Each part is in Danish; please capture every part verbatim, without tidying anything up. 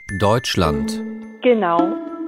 Deutschland. Genau.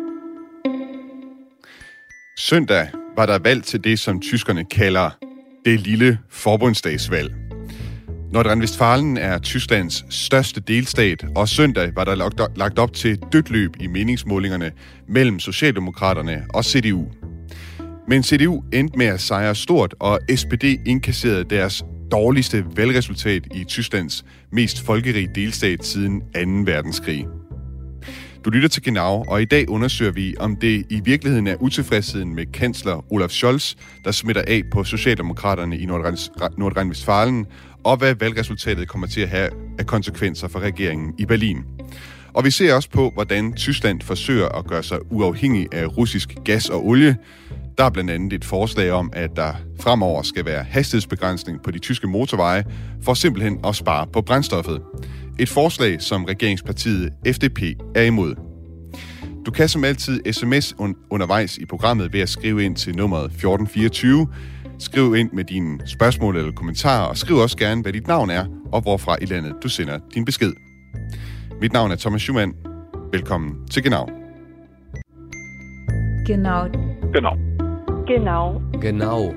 Søndag var der valg til det, som tyskerne kalder det lille forbundsdagsvalg. Nordrhein-Westfalen er Tysklands største delstat, og søndag var der lagt op til dødt løb i meningsmålingerne mellem Socialdemokraterne og C D U. Men C D U endte med at sejre stort, og S P D indkasserede deres dårligste valgresultat i Tysklands mest folkerige delstat siden anden verdenskrig. Du lytter til Genau, og i dag undersøger vi, om det i virkeligheden er utilfredsheden med kansler Olaf Scholz, der smitter af på Socialdemokraterne i Nordrhein-Westfalen, og hvad valgresultatet kommer til at have af konsekvenser for regeringen i Berlin. Og vi ser også på, hvordan Tyskland forsøger at gøre sig uafhængig af russisk gas og olie. Der er blandt andet et forslag om, at der fremover skal være hastighedsbegrænsning på de tyske motorveje, for simpelthen at spare på brændstoffet. Et forslag, som regeringspartiet F D P er imod. Du kan som altid sms undervejs i programmet ved at skrive ind til nummeret fjorten fireogtyve. Skriv ind med dine spørgsmål eller kommentarer, og skriv også gerne, hvad dit navn er, og hvorfra i landet du sender din besked. Mit navn er Thomas Schumann. Velkommen til Genau. Genau. Genau. Genau. Genau.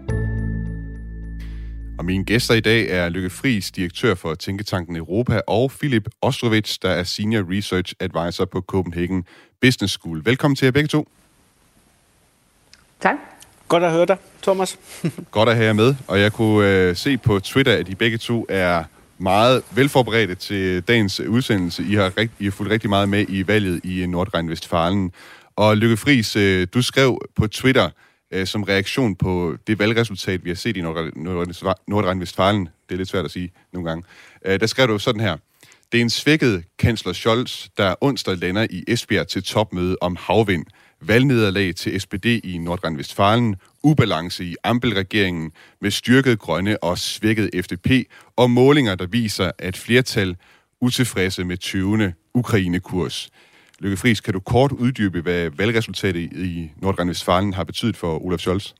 Og mine gæster i dag er Lykke Friis, direktør for Tænketanken Europa, og Philip Ostrovich, der er Senior Research Advisor på Copenhagen Business School. Velkommen til jer begge to. Tak. Godt at høre dig, Thomas. Godt at have jer med, og jeg kunne øh, se på Twitter, at I begge to er meget velforberedte til dagens udsendelse. I har, rigt, I har fulgt rigtig meget med i valget i Nordrhein-Westfalen. Og Lykke Friis, øh, du skrev på Twitter, som reaktion på det valgresultat, vi har set i Nordrhein-Westfalen, det er lidt svært at sige nogle gange, der skrev du sådan her: det er en svækket kansler Scholz, der onsdag lander i Esbjerg til topmøde om havvind, valgnederlag til S P D i Nordrhein-Westfalen, ubalance i Ampel-regeringen med styrket grønne og svækket F D P, og målinger, der viser, at flertal utilfredse med tyvende Ukraine-kurs. Lykke Friis, kan du kort uddybe, hvad valgresultatet i Nordrhein-Westfalen har betydet for Olaf Scholz?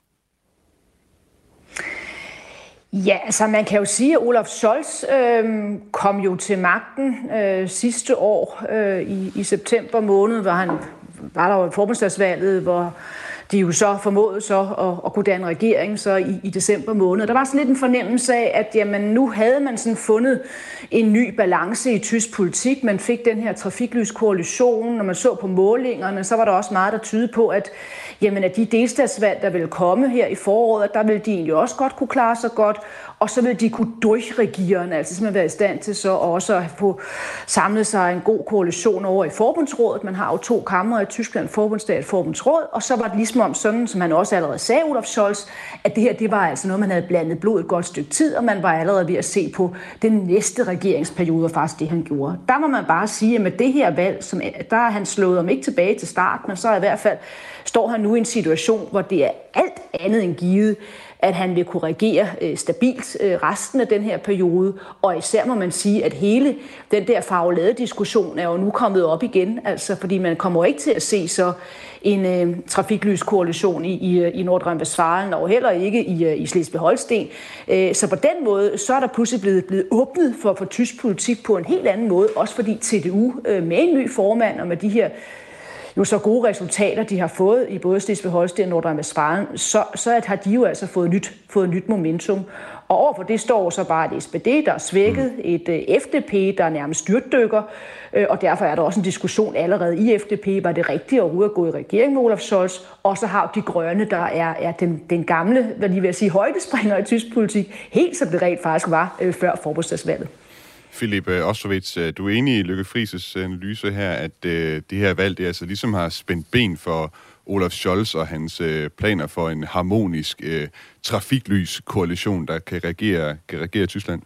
Ja, altså man kan jo sige, at Olaf Scholz øh, kom jo til magten øh, sidste år øh, i, i september måned, hvor han var der jo et forbundsdagsvalget, hvor de jo så formåede så at, at kunne danne regering så i, i december måned. Der var sådan lidt en fornemmelse af, at jamen, nu havde man sådan fundet en ny balance i tysk politik. Man fik den her trafiklyskoalition. Når man så på målingerne, så var der også meget, der tyder på, at, jamen, at de delstatsvalg, der ville komme her i foråret, der ville de egentlig også godt kunne klare sig godt. Og så ville de kunne durchregieren, altså simpelthen være i stand til så også at få samlet sig en god koalition over i Forbundsrådet. Man har jo to kamre i Tyskland, Forbundsdag og Forbundsråd, og så var det ligesom om sådan, som han også allerede sagde, Olaf Scholz, at det her, det var altså noget, man havde blandet blod et godt stykke tid, og man var allerede ved at se på den næste regeringsperiode, og faktisk det, han gjorde. Der må man bare sige, at med det her valg, som, der er han slået om ikke tilbage til start, men så i hvert fald står han nu i en situation, hvor det er alt andet end givet, at han vil kunne regere øh, stabilt øh, resten af den her periode. Og især må man sige, at hele den der farvelade-diskussion er jo nu kommet op igen. Altså, fordi man kommer ikke til at se så en øh, trafiklyskoalition i, i, i Nordrhein-Westfalen, og heller ikke i, i Slesvig-Holsten. Øh, så på den måde, så er der pludselig blevet, blevet åbnet for, for tysk politik på en helt anden måde. Også fordi T D U øh, med en ny formand og med de her jo så gode resultater, de har fået i både Slesvig-Holsten og Nordrhein-Westfalen, så, så har de jo altså fået nyt, fået nyt momentum. Og overfor det står så bare et S P D, der er svækket, et uh, F D P, der er nærmest styrtdykker, uh, og derfor er der også en diskussion allerede i F D P, var det rigtigt at overhovedet gå i regering med Olaf Scholz, og så har de grønne, der er, er den, den gamle, hvad de vil sige, højdespringer i tysk politik, helt som det rent faktisk var uh, før forbundsdagsvalget. Philip Ostrovich, du er enig i Lykke Friis' analyse her, at øh, det her valg det altså ligesom har spændt ben for Olaf Scholz og hans øh, planer for en harmonisk øh, trafiklys-koalition, der kan regere, kan regere Tyskland?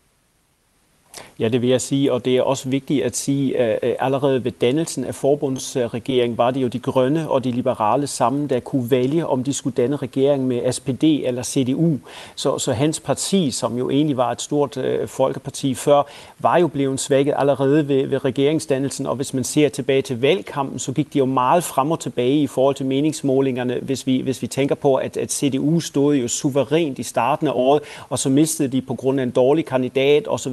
Ja, det vil jeg sige, og det er også vigtigt at sige, at allerede ved dannelsen af forbundsregeringen var det jo de grønne og de liberale sammen, der kunne vælge, om de skulle danne regering med S P D eller C D U. Så, så hans parti, som jo egentlig var et stort øh, folkeparti før, var jo blevet svækket allerede ved, ved regeringsdannelsen, og hvis man ser tilbage til valgkampen, så gik de jo meget frem og tilbage i forhold til meningsmålingerne, hvis vi, hvis vi tænker på, at, at C D U stod jo suverænt i starten af året, og så mistede de på grund af en dårlig kandidat osv.,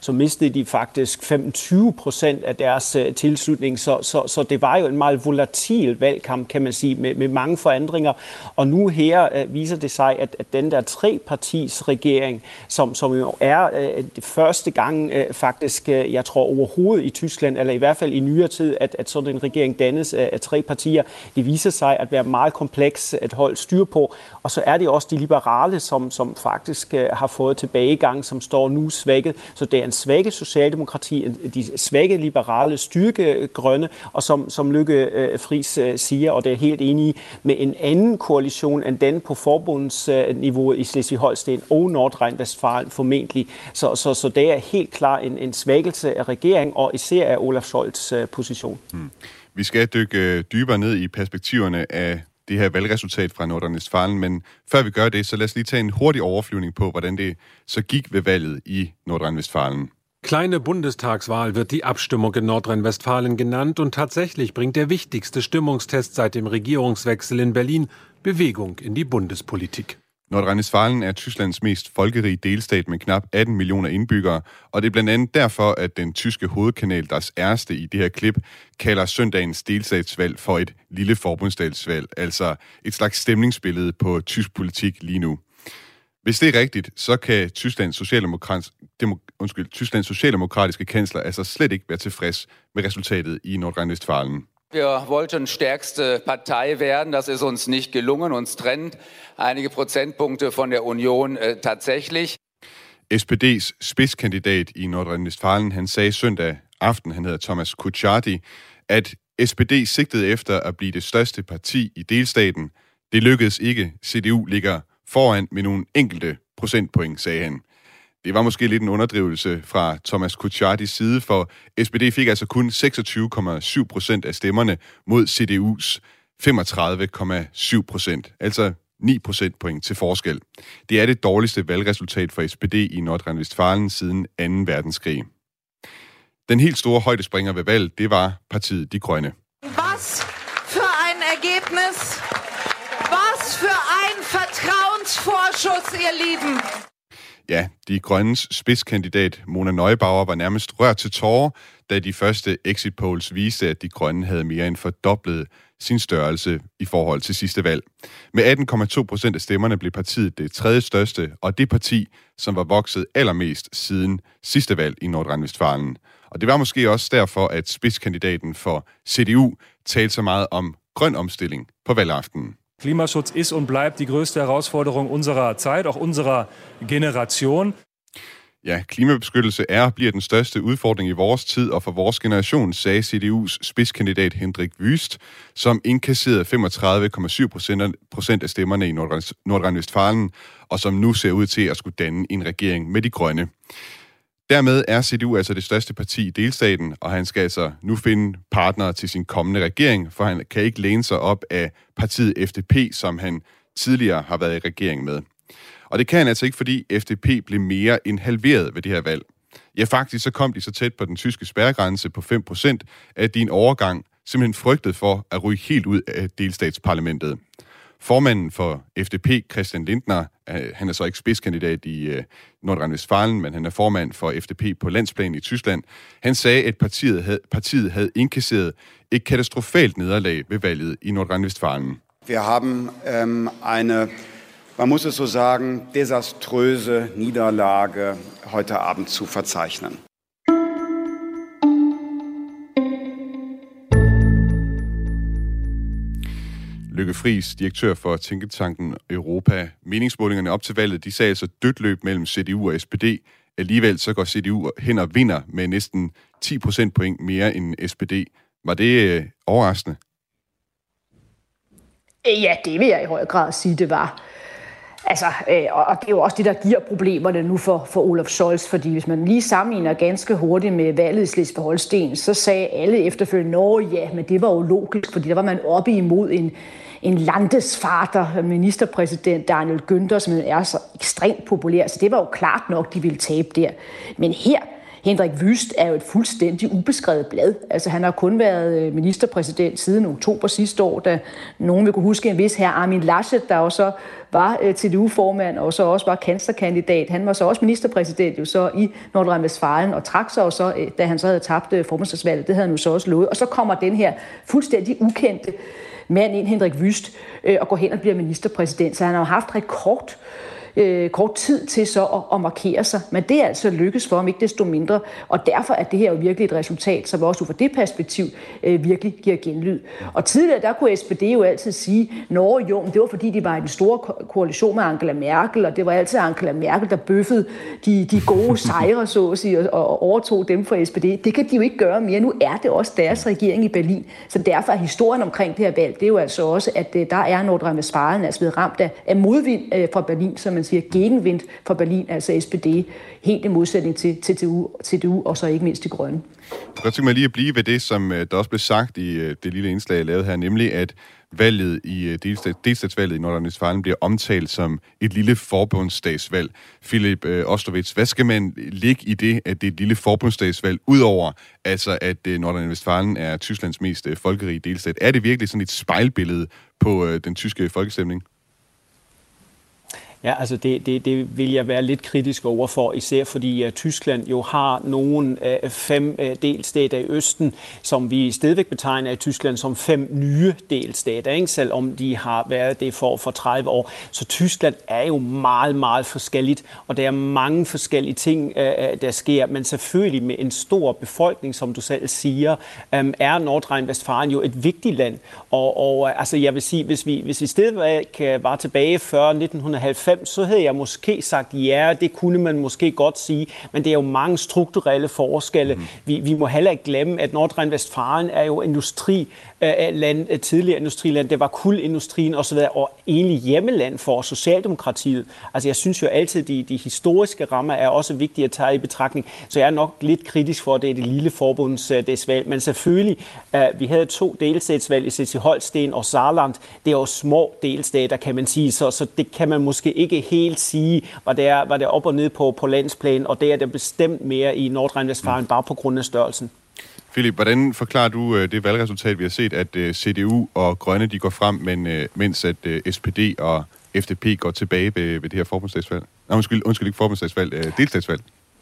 så mistede de faktisk femogtyve procent af deres uh, tilslutning. Så, så, så det var jo en meget volatil valgkamp, kan man sige, med, med mange forandringer. Og nu her uh, viser det sig, at, at den der trepartis regering, som, som jo er uh, det første gang uh, faktisk, uh, jeg tror overhovedet i Tyskland, eller i hvert fald i nyere tid, at, at sådan en regering dannes af, af tre partier, det viser sig at være meget kompleks at holde styr på. Og så er det også de liberale, som, som faktisk uh, har fået tilbagegang, som står nu svækket. Så det er en svækket socialdemokrati, de svækket liberale styrkegrønne, og som, som Lykke uh, Friis uh, siger, og det er helt enig med en anden koalition end den på forbundsniveauet i Slesvig-Holsten og Nordrhein-Westfalen formentlig. Så, så, så det er helt klart en, en svækkelse af regeringen, og især af Olaf Scholz' uh, position. Hmm. Vi skal dykke dybere ned i perspektiverne af det her valgresultat fra Nordrhein-Westfalen, men før vi gør det, så lad os lige tage en hurtig overflyvning på, hvordan det så gik ved valget i Nordrhein-Westfalen. Kleine Bundestagswahl wird die Abstimmung in Nordrhein-Westfalen genannt und tatsächlich bringt der wichtigste Stimmungstest seit dem Regierungswechsel in Berlin Bewegung in die Bundespolitik. Nordrhein-Westfalen er Tysklands mest folkerige delstat med knap atten millioner indbyggere, og det er blandt andet derfor, at den tyske hovedkanal Das Erste i det her klip kalder søndagens delstatsvalg for et lille forbundsdagsvalg, altså et slags stemningsbillede på tysk politik lige nu. Hvis det er rigtigt, så kan Tysklands, socialdemokrat, demo, undskyld, Tysklands socialdemokratiske kansler altså slet ikke være tilfreds med resultatet i Nordrhein-Westfalen. Wir wollten stärkste Partei werden, das ist uns nicht gelungen, uns trennt einige Prozentpunkte von der Union äh, tatsächlich. S P D's spidskandidat i Nordrhein-Westfalen, han sagde søndag aften, han hedder Thomas Kutschaty, at S P D sigtede efter at blive det største parti i delstaten. Det lykkedes ikke. C D U ligger foran med nogle enkelte procentpoint, sagde han. Det var måske lidt en underdrivelse fra Thomas Kutschaty's side, for S P D fik altså kun seksogtyve komma syv procent af stemmerne mod C D U's femogtredive komma syv procent, altså ni procentpoint til forskel. Det er det dårligste valgresultat for S P D i Nordrhein-Westfalen siden anden verdenskrig. Den helt store højdespringer ved valg, det var partiet De Grønne. Was für ein Ergebnis! Was für ein Vertrauensvorschuss, ihr Lieben! Ja, De Grønnes spidskandidat Mona Neubauer var nærmest rørt til tårer, da de første exit polls viste, at De Grønne havde mere end fordoblet sin størrelse i forhold til sidste valg. Med atten komma to procent af stemmerne blev partiet det tredje største, og det parti, som var vokset allermest siden sidste valg i Nordrhein-Westfalen. Og det var måske også derfor, at spidskandidaten for C D U talte så meget om grøn omstilling på valgaftenen. Klimaschutz ist und bleibt die größte Herausforderung unserer Zeit, auch unserer Generation. Ja, klimabeskyttelse er og bliver den største udfordring i vores tid og for vores generation, sagde C D U's spidskandidat Hendrik Wüst, som inkasserede femogtredive komma syv procent af stemmerne i Nordrhein-Westfalen, og som nu ser ud til at skulle danne en regering med De Grønne. Dermed er C D U altså det største parti i delstaten, og han skal altså nu finde partnere til sin kommende regering, for han kan ikke læne sig op af partiet F D P, som han tidligere har været i regering med. Og det kan han altså ikke, fordi F D P blev mere end halveret ved det her valg. Ja, faktisk så kom de så tæt på den tyske spærregrænse på fem procent, at de en overgang simpelthen frygtede for at ryge helt ud af delstatsparlamentet. Formanden for F D P, Christian Lindner, han er så ikke spidskandidat i Nordrhein-Westfalen, men han er formand for F D P på landsplan i Tyskland. Han sagde, at partiet havde, partiet havde indkasseret et katastrofalt nederlag ved valget i Nordrhein-Westfalen. Wir haben ähm, eine, man muss es so sagen, desaströse Niederlage heute Abend zu verzeichnen. Lykke Friis, direktør for Tænketanken Europa. Meningsmålingerne op til valget, de sagde altså dødt løb mellem C D U og S P D. Alligevel så går C D U hen og vinder med næsten ti procentpoint mere end S P D. Var det øh, overraskende? Ja, det vil jeg i høj grad sige, det var. Altså, øh, og det er jo også det, der giver problemerne nu for, for Olaf Scholz, fordi hvis man lige sammenligner ganske hurtigt med valget i Slesvig-Holsten, så sagde alle efterfølgende, nå ja, men det var jo logisk, fordi der var man oppe imod en, en landesfader, ministerpræsident Daniel Günther, som er så ekstremt populær, så det var jo klart nok, de ville tabe der. Men her, Henrik Wüst er jo et fuldstændig ubeskrevet blad. Altså, han har kun været ministerpræsident siden oktober sidste år, da nogen vil kunne huske en vis herr Armin Laschet, der jo så var T D U-formand og så også var kanslerkandidat. Han var så også ministerpræsident jo så i Nordrhein-Westfalen og trak sig så, da han så havde tabt formandsvalget. Det havde han jo så også lovet. Og så kommer den her fuldstændig ukendte mand ind, Henrik Wüst, og går hen og bliver ministerpræsident. Så han har jo haft rekord Øh, kort tid til så at, at markere sig. Men det er altså lykkes for ham, ikke desto mindre. Og derfor er det her jo virkelig et resultat, som også ud fra det perspektiv øh, virkelig giver genlyd. Og tidligere, der kunne S P D jo altid sige, Norge jo, men det var fordi, de var i den store ko- koalition med Angela Merkel, og det var altid Angela Merkel, der bøffede de, de gode sejre, så at sige, og, og overtog dem fra S P D. Det kan de jo ikke gøre mere. Nu er det også deres regering i Berlin. Så derfor er historien omkring det her valg, det er jo altså også, at øh, der er Nordrhein-Westfalen altså blevet ramt af, af modvind øh, fra Berlin, som man siger, gegenvind fra Berlin, altså S P D, helt i modsætning til T D U, og så ikke mindst de grønne. Jeg kan tænke mig lige at blive ved det, som der også blev sagt i det lille indslag, jeg lavede her, nemlig at valget i delstat, delstatsvalget i Nordrhein-Westfalen bliver omtalt som et lille forbundsstatsvalg. Philip Ostrovitz, hvad skal man lægge i det, at det er et lille forbundsstatsvalg, udover altså at Nordrhein-Westfalen er Tysklands mest folkerige delstat? Er det virkelig sådan et spejlbillede på den tyske folkestemning? Ja, altså det, det, det vil jeg være lidt kritisk overfor, især fordi uh, Tyskland jo har nogle uh, fem uh, delstater i Østen, som vi stadigvæk betegner i Tyskland som fem nye delstater, ikke? Selvom de har været det for, for tredive år. Så Tyskland er jo meget, meget forskelligt, og der er mange forskellige ting, uh, der sker, men selvfølgelig med en stor befolkning, som du selv siger, um, er Nordrhein-Westfalen jo et vigtigt land. Og, og uh, altså jeg vil sige, hvis vi, hvis vi stadigvæk var tilbage før nitten halvfems, så havde jeg måske sagt, ja, det kunne man måske godt sige, men det er jo mange strukturelle forskelle. Mm. Vi, vi må heller ikke glemme, at Nordrhein-Westfalen er jo industri, øh, land, tidligere industriland, det var kuldindustrien osv., og egentlig hjemmeland for Socialdemokratiet. Altså jeg synes jo altid, de, de historiske rammer er også vigtige at tage i betragtning, så jeg er nok lidt kritisk for, at det er det lille forbundsdagsvalg, men selvfølgelig, øh, vi havde to delstatsvalg i Slesvig-Holsten og Saarland, det er jo små delstater, kan man sige, så, så det kan man måske ikke helt sige, var det, var det op og ned på, på landsplan, og det er det bestemt mere i Nordrhein-Westfalen, mm. bare på grund af størrelsen. Philip, hvordan forklarer du det valgresultat, vi har set, at C D U og Grønne de går frem, men mens at S P D og F D P går tilbage ved, ved det her forbundsdagsvalg? Nej, undskyld, undskyld ikke forbundsdagsvalg, delstatsvalg.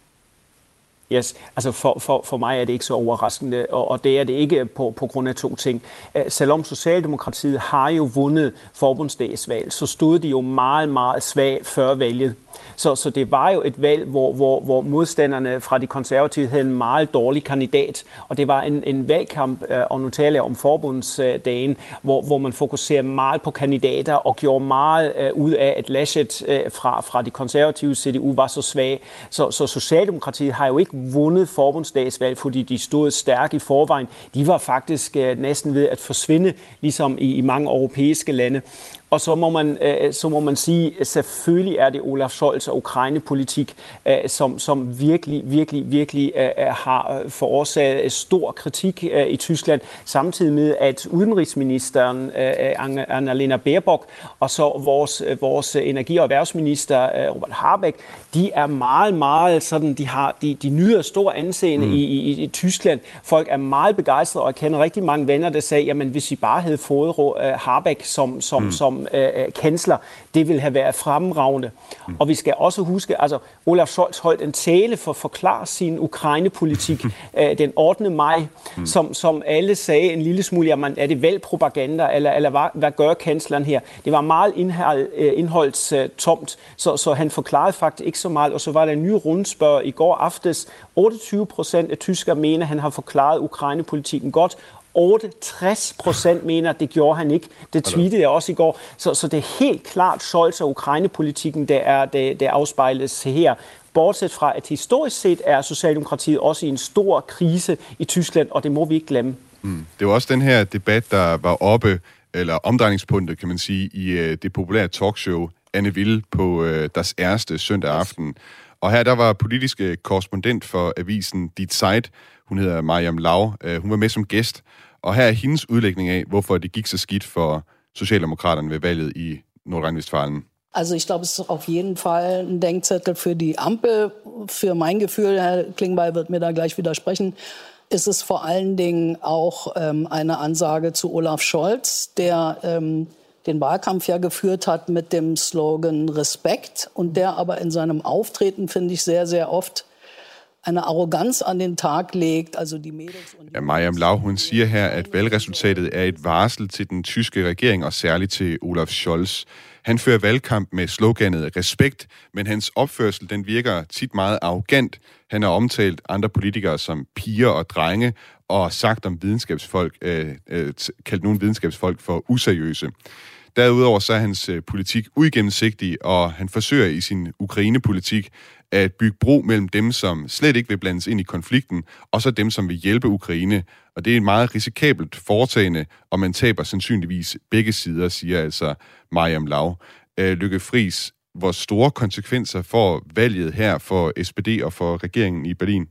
Yes, altså for, for, for mig er det ikke så overraskende, og, og det er det ikke på, på grund af to ting. Selvom Socialdemokratiet har jo vundet forbundsdagsvalg, så stod de jo meget, meget svagt før valget. Så, så det var jo et valg, hvor, hvor, hvor modstanderne fra de konservative havde en meget dårlig kandidat. Og det var en, en valgkamp, og nu taler jeg om forbundsdagen, hvor, hvor man fokuserede meget på kandidater og gjorde meget uh, ud af, at Laschet uh, fra, fra de konservative C D U var så svag. Så, så Socialdemokratiet har jo ikke vundet forbundsdagsvalg, fordi de stod stærkt i forvejen. De var faktisk uh, næsten ved at forsvinde, ligesom i, i mange europæiske lande. Og så må man, øh, så må man sige, at selvfølgelig er det Olaf Scholz og Ukraine-politik, øh, som, som virkelig, virkelig, virkelig øh, har forårsaget stor kritik øh, i Tyskland, samtidig med, at udenrigsministeren, øh, Annalena Baerbock, og så vores, vores energi- og erhvervsminister, øh, Robert Habeck, de er meget, meget sådan, de, har, de, de nyder stor anseende mm. i, i, i Tyskland. Folk er meget begejstrede, og jeg kender rigtig mange venner, der sagde, jamen hvis vi bare havde fået øh, Habeck som, som, mm. som Øh, kansler, det vil have været fremragende. Mm. Og vi skal også huske, altså Olaf Scholz holdt en tale for at forklare sin Ukraine-politik øh, den ottende maj, mm. som, som alle sagde en lille smule, jamen er det valgpropaganda, eller, eller hvad, hvad gør kansleren her? Det var meget indhold, øh, indholdstomt, så, så han forklarede faktisk ikke så meget, og så var der en ny rundspørg i går aftes. otteogtyve procent af tyskere mener, at han har forklaret Ukraine-politikken godt, otteogtres procent mener, at det gjorde han ikke. Det tweetede jeg også i går. Så, så det er helt klart Scholz og Ukraine-politikken, der, er, der, der afspejles her. Bortset fra, at historisk set er Socialdemokratiet også i en stor krise i Tyskland, og det må vi ikke glemme. Mm. Det var også den her debat, der var oppe, eller omdrejningspunktet, kan man sige, i uh, det populære talkshow Anne Ville på uh, Das Erste søndag aften. Og her der var politisk korrespondent for avisen Die Zeit, hun hedder Mariam Lau, uh, hun var med som gæst, og her er hendes udlægning af, hvorfor det gik så skidt for Socialdemokraterne ved valget i Nordrhein-Westfalen. Also ich glaube, es ist auf jeden Fall ein Denkzettel für die Ampel. Für mein Gefühl, Herr Klingbeil wird mir da gleich widersprechen, ist es vor allen Dingen auch ähm, eine Ansage zu Olaf Scholz, der ähm, den Wahlkampf ja geführt hat mit dem Slogan Respekt und der aber in seinem Auftreten, finde ich, sehr, sehr oft eine arrogans an den Tag legt. Altså de Mädels und ja, Mariam Lau, hun siger her, at valgresultatet er et varsel til den tyske regering, og særligt til Olaf Scholz. Han fører valgkamp med sloganet respekt, men hans opførsel den virker tit meget arrogant. Han har omtalt andre politikere som piger og drenge, og sagt om videnskabsfolk, øh, øh, kaldt nogle videnskabsfolk for useriøse. Derudover så er hans øh, politik uigennemsigtig, og han forsøger i sin Ukraine-politik at bygge bro mellem dem, som slet ikke vil blandes ind i konflikten, og så dem, som vil hjælpe Ukraine. Og det er et meget risikabelt foretagende, og man taber sandsynligvis begge sider, siger altså Mariam Lau. Øh, Lykke Friis, hvor store konsekvenser får valget her for S P D og for regeringen i Berlin?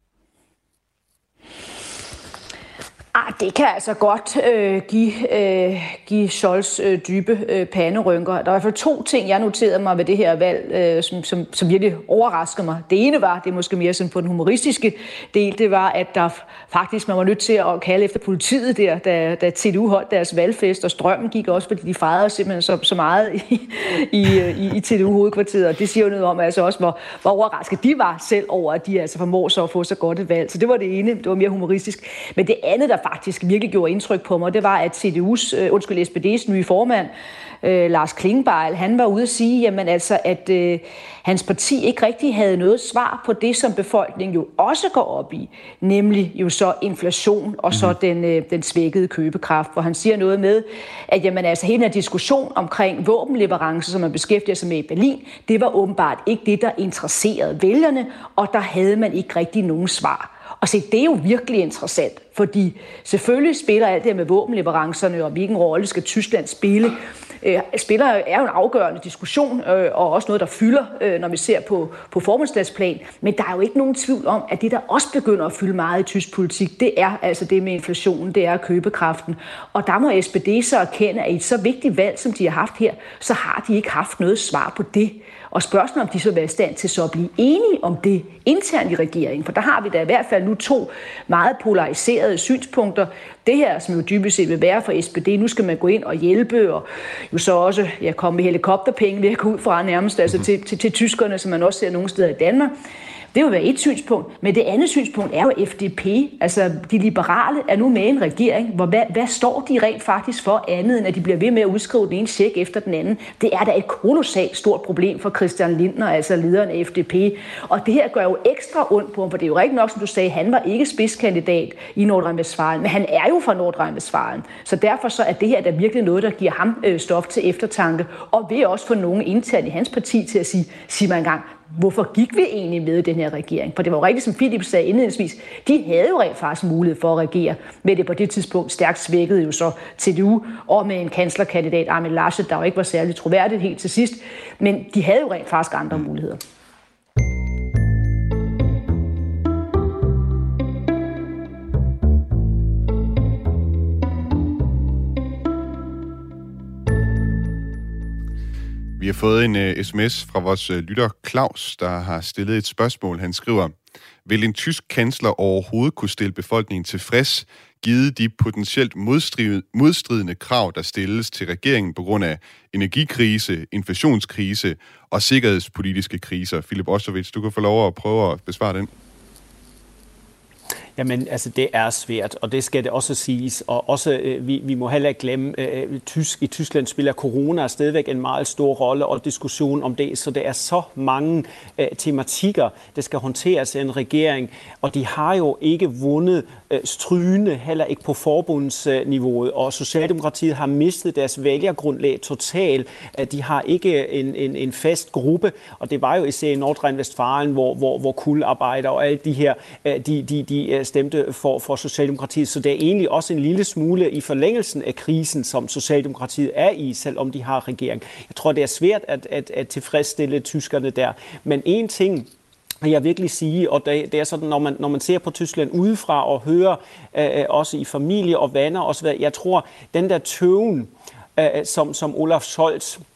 Ah, det kan altså godt øh, give, øh, give Scholz øh, dybe øh, panderynker. Der er i hvert fald to ting, jeg noterede mig ved det her valg, øh, som, som, som virkelig overraskede mig. Det ene var, det er måske mere sådan på den humoristiske del, det var, at der faktisk, man var nødt til at kalde efter politiet der, da, da T D U holdt deres valgfest, og strømmen gik også, fordi de fejrede simpelthen så, så meget i, i, i, i T D U-hovedkvarteret. Og det siger jo noget om, altså også, hvor, hvor overrasket de var selv over, at de altså formår så at få så godt et valg. Så det var det ene, det var mere humoristisk. Men det andet, der faktisk virkelig gjorde indtryk på mig, det var, at C D U's, øh, undskyld, S P D's nye formand, øh, Lars Klingbeil, han var ude at sige, jamen altså, at øh, hans parti ikke rigtig havde noget svar på det, som befolkningen jo også går op i, nemlig jo så inflation og så mm-hmm. den, øh, den svækkede købekraft, hvor han siger noget med, at jamen altså, hele den diskussion omkring våbenleverancer, som man beskæftiger sig med i Berlin, det var åbenbart ikke det, der interesserede vælgerne, og der havde man ikke rigtig nogen svar. Og se, det er jo virkelig interessant, fordi selvfølgelig spiller alt det med våbenleverancerne, og hvilken rolle skal Tyskland spille, øh, spiller er jo en afgørende diskussion, øh, og også noget, der fylder, øh, når vi ser på, på forbundstadsplan. Men der er jo ikke nogen tvivl om, at det, der også begynder at fylde meget i tysk politik, det er altså det med inflationen, det er købekraften. Og der må S P D så erkende, at i et så vigtigt valg, som de har haft her, så har de ikke haft noget svar på det. Og spørgsmålet om de så vil være i stand til så at blive enige om det internt i regeringen, for der har vi da i hvert fald nu to meget polariserede synspunkter. Det her, som jo dybest set vil være for S P D, nu skal man gå ind og hjælpe, og jo så også ja, komme med helikopterpenge ved at gå ud fra nærmest altså til, til, til tyskerne, som man også ser nogle steder i Danmark. Det vil være et synspunkt, men det andet synspunkt er jo F D P. Altså, de liberale er nu med i en regering, hvor hvad, hvad står de rent faktisk for andet, end at de bliver ved med at udskrive den ene check efter den anden. Det er da et kolossalt stort problem for Christian Lindner, altså lederen af F D P. Og det her gør jo ekstra ondt på ham, for det er jo rigtig nok, som du sagde, han var ikke spidskandidat i Nordrhein-Westfalen, men han er jo fra Nordrhein-Westfalen. Så derfor så er det her da virkelig noget, der giver ham øh, stof til eftertanke, og vil også få nogen internt i hans parti til at sige, sig mig engang, hvorfor gik vi egentlig med i den her regering? For det var jo rigtigt, som Philip sagde indledningsvis, de havde jo rent faktisk mulighed for at regere, men det på det tidspunkt stærkt svækkede jo så T D U, og med en kanslerkandidat, Armin Laschet, der jo ikke var særlig troværdigt helt til sidst, men de havde jo rent faktisk andre muligheder. Vi har fået en uh, sms fra vores uh, lytter Claus, der har stillet et spørgsmål. Han skriver, vil en tysk kansler overhovedet kunne stille befolkningen tilfreds, givet de potentielt modstridende, modstridende krav, der stilles til regeringen på grund af energikrise, inflationskrise og sikkerhedspolitiske kriser? Philip Osterwitz, du kan få lov at prøve at besvare den. Jamen, altså det er svært, og det skal det også siges. Og også, øh, vi, vi må heller ikke glemme, øh, tysk, i Tyskland spiller corona stadigvæk en meget stor rolle, og diskussion om det. Så der er så mange øh, tematikker, der skal håndteres af en regering, og de har jo ikke vundet øh, strygende, heller ikke på forbundsniveauet. Og Socialdemokratiet har mistet deres vælgergrundlag totalt. De har ikke en, en, en fast gruppe, og det var jo især i Nordrhein-Westfalen, hvor, hvor, hvor kuldarbejdere og alle de her, øh, de, de, de stemte for, for Socialdemokratiet. Så det er egentlig også en lille smule i forlængelsen af krisen, som Socialdemokratiet er i, selvom de har regering. Jeg tror, det er svært at, at, at tilfredsstille tyskerne der. Men en ting vil jeg virkelig sige, og det, det er sådan, når man, når man ser på Tyskland udefra og hører øh, også i familie og venner osv., jeg tror, den der tøven, øh, som, som Olaf Scholz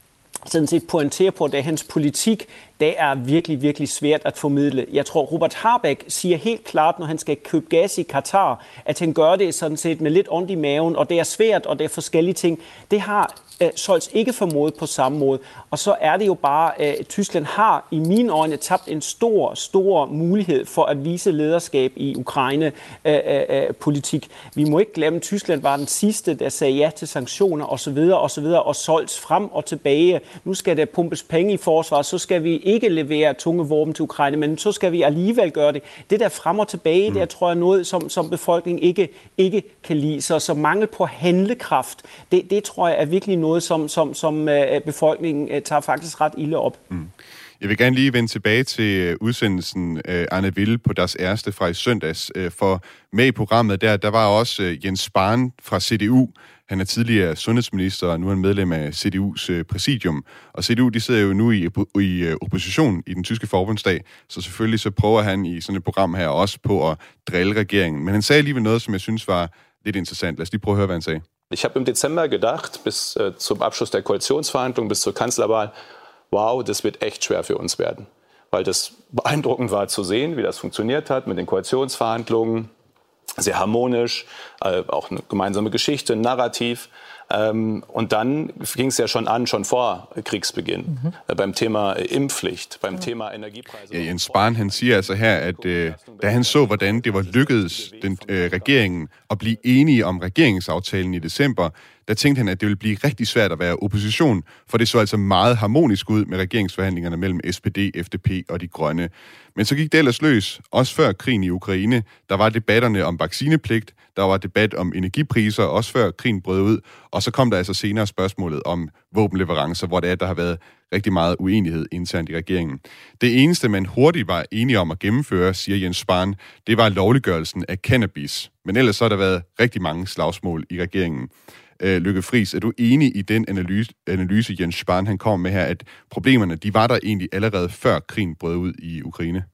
sådan set pointerer på, det er hans politik, det er virkelig, virkelig svært at formidle. Jeg tror, Robert Habeck siger helt klart, når han skal købe gas i Katar, at han gør det sådan set med lidt ondt i maven, og det er svært, og det er forskellige ting. Det har øh, Scholz ikke formået på samme måde. Og så er det jo bare, at øh, Tyskland har i mine øjne tabt en stor, stor mulighed for at vise lederskab i Ukraine-politik. Øh, øh, Vi må ikke glemme, at Tyskland var den sidste, der sagde ja til sanktioner osv., osv., og Scholz frem og tilbage. Nu skal der pumpes penge i forsvaret, så skal vi ikke levere tunge våben til Ukraine, men så skal vi alligevel gøre det. Det der frem og tilbage, mm. det er, tror jeg, noget, som, som befolkningen ikke, ikke kan lide. Så, så mangel på handlekraft, det, det tror jeg er virkelig noget, som, som, som uh, befolkningen uh, tager faktisk ret ilde op. Mm. Jeg vil gerne lige vende tilbage til udsendelsen uh, Arne Wille på deres ærste fra i søndags. Uh, for med i programmet der, der var også uh, Jens Spahn fra C D U. Han er tidligere sundhedsminister, og nu er han medlem af C D U's øh, præsidium. Og C D U, de sidder jo nu i, i øh, opposition i den tyske forbundsdag, så selvfølgelig så prøver han i sådan et program her også på at drille regeringen. Men han sagde alligevel noget, som jeg synes var lidt interessant. Lad os lige prøve at høre, hvad han sagde. Ich habe im Dezember gedacht, bis äh, zum Abschluss der Koalitionsverhandlungen, bis zur Kanzlerwahl, wow, das wird echt schwer für uns werden. Weil das beeindruckend war zu sehen, wie das funktioniert hat mit den Koalitionsverhandlungen. Sehr harmonisch, äh, auch eine gemeinsame Geschichte, ein Narrativ. Ähm, und dann ging es ja schon an, schon vor Kriegsbeginn, mhm. äh, beim Thema Impfpflicht, beim ja. Thema Energiepreise. Ja, Jens Spahn, han siger altså her, at øh, da han så, hvordan det var lykkedes den, øh, regeringen at blive enige om regeringsaftalen i december, der tænkte han, at det ville blive rigtig svært at være opposition, for det så altså meget harmonisk ud med regeringsforhandlingerne mellem S P D, F D P og De Grønne. Men så gik det ellers løs, også før krigen i Ukraine. Der var debatterne om vaccinepligt, der var debat om energipriser, også før krigen brød ud, og så kom der altså senere spørgsmålet om våbenleverancer, hvor det er, der har været rigtig meget uenighed internt i regeringen. Det eneste, man hurtigt var enige om at gennemføre, siger Jens Spahn, det var lovliggørelsen af cannabis. Men ellers så har der været rigtig mange slagsmål i regeringen. Lykke Friis, er du enig i den analyse, analyse Jens Spahn han kom med her, at problemerne, de var der egentlig allerede før krigen brød ud i Ukraine?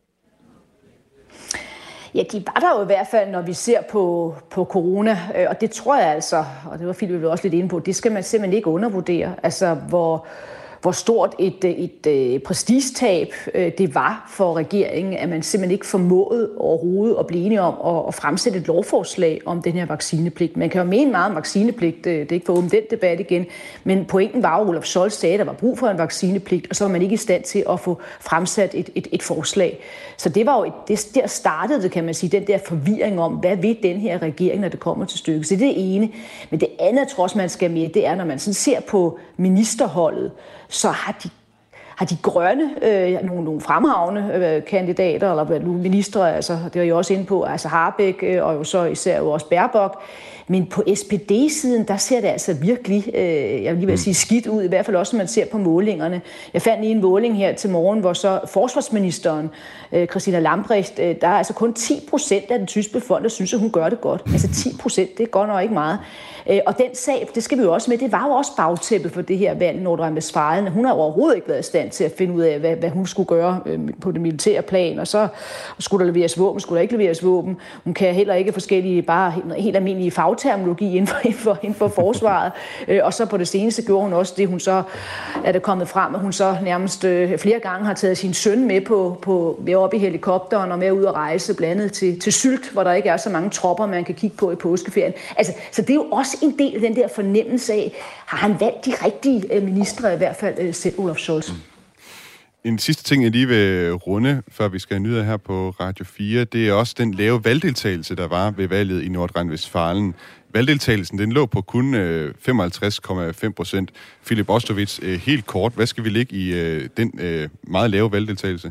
Ja, de var der jo i hvert fald, når vi ser på, på corona, og det tror jeg altså, og det var Philip også lidt inde på, det skal man simpelthen ikke undervurdere, altså hvor hvor stort et, et, et prestigetab det var for regeringen, at man simpelthen ikke formåede overhovedet at blive enige om at, at fremsætte et lovforslag om den her vaccinepligt. Man kan jo mene meget om vaccinepligt, det er ikke for åbent den debat igen, men pointen var jo, Olaf Scholz sagde, at der var brug for en vaccinepligt, og så var man ikke i stand til at få fremsat et, et, et forslag. Så det var jo, et, det, der startede det, kan man sige, den der forvirring om, hvad vil den her regering, når det kommer til stykket. Så det er det ene. Men det andet, jeg tror også, man skal med, det er, når man sådan ser på ministerholdet, så har de, har de grønne, øh, nogle, nogle fremhavne øh, kandidater, eller nu ministre, altså det var jo også inde på, altså Habeck, øh, og jo så især jo også Baerbock. Men på S P D-siden, der ser det altså virkelig, øh, jeg vil lige vil sige skidt ud, i hvert fald også, når man ser på målingerne. Jeg fandt lige en måling her til morgen, hvor så forsvarsministeren, øh, Christina Lambrecht, øh, der er altså kun ti procent af den tyske befolkning, der synes, at hun gør det godt. Altså ti procent, det er godt nok ikke meget. Øh, og den sag, det skal vi jo også med, det var jo også bagtæppet for det her valg, Nordrhein-Westfalen. Hun har overhovedet ikke været i stand til at finde ud af, hvad, hvad hun skulle gøre øh, på det militære plan, og så skulle der leveres våben, skulle der ikke leveres våben. Hun kan heller ikke forskellige, bare helt almindelige fagterminologi inden for, inden for, inden for forsvaret. Øh, og så på det seneste gjorde hun også det, hun så er det kommet frem, at hun så nærmest øh, flere gange har taget sin søn med på, på med op i helikopteren og med ud at rejse, blandet til, til Sylt, hvor der ikke er så mange tropper, man kan kigge på i påskeferien. Altså, så det er jo også en del af den der fornemmelse af, har han valgt de rigtige ministre, i hvert fald selv Olaf Scholz. Mm. En sidste ting, jeg lige vil runde, før vi skal have nyheder her på Radio fire, det er også den lave valgdeltagelse, der var ved valget i Nordrhein-Westfalen. Valgdeltagelsen, den lå på kun øh, femoghalvtreds komma fem procent. Philip Ostrovitz, øh, helt kort, hvad skal vi ligge i øh, den øh, meget lave valgdeltagelse?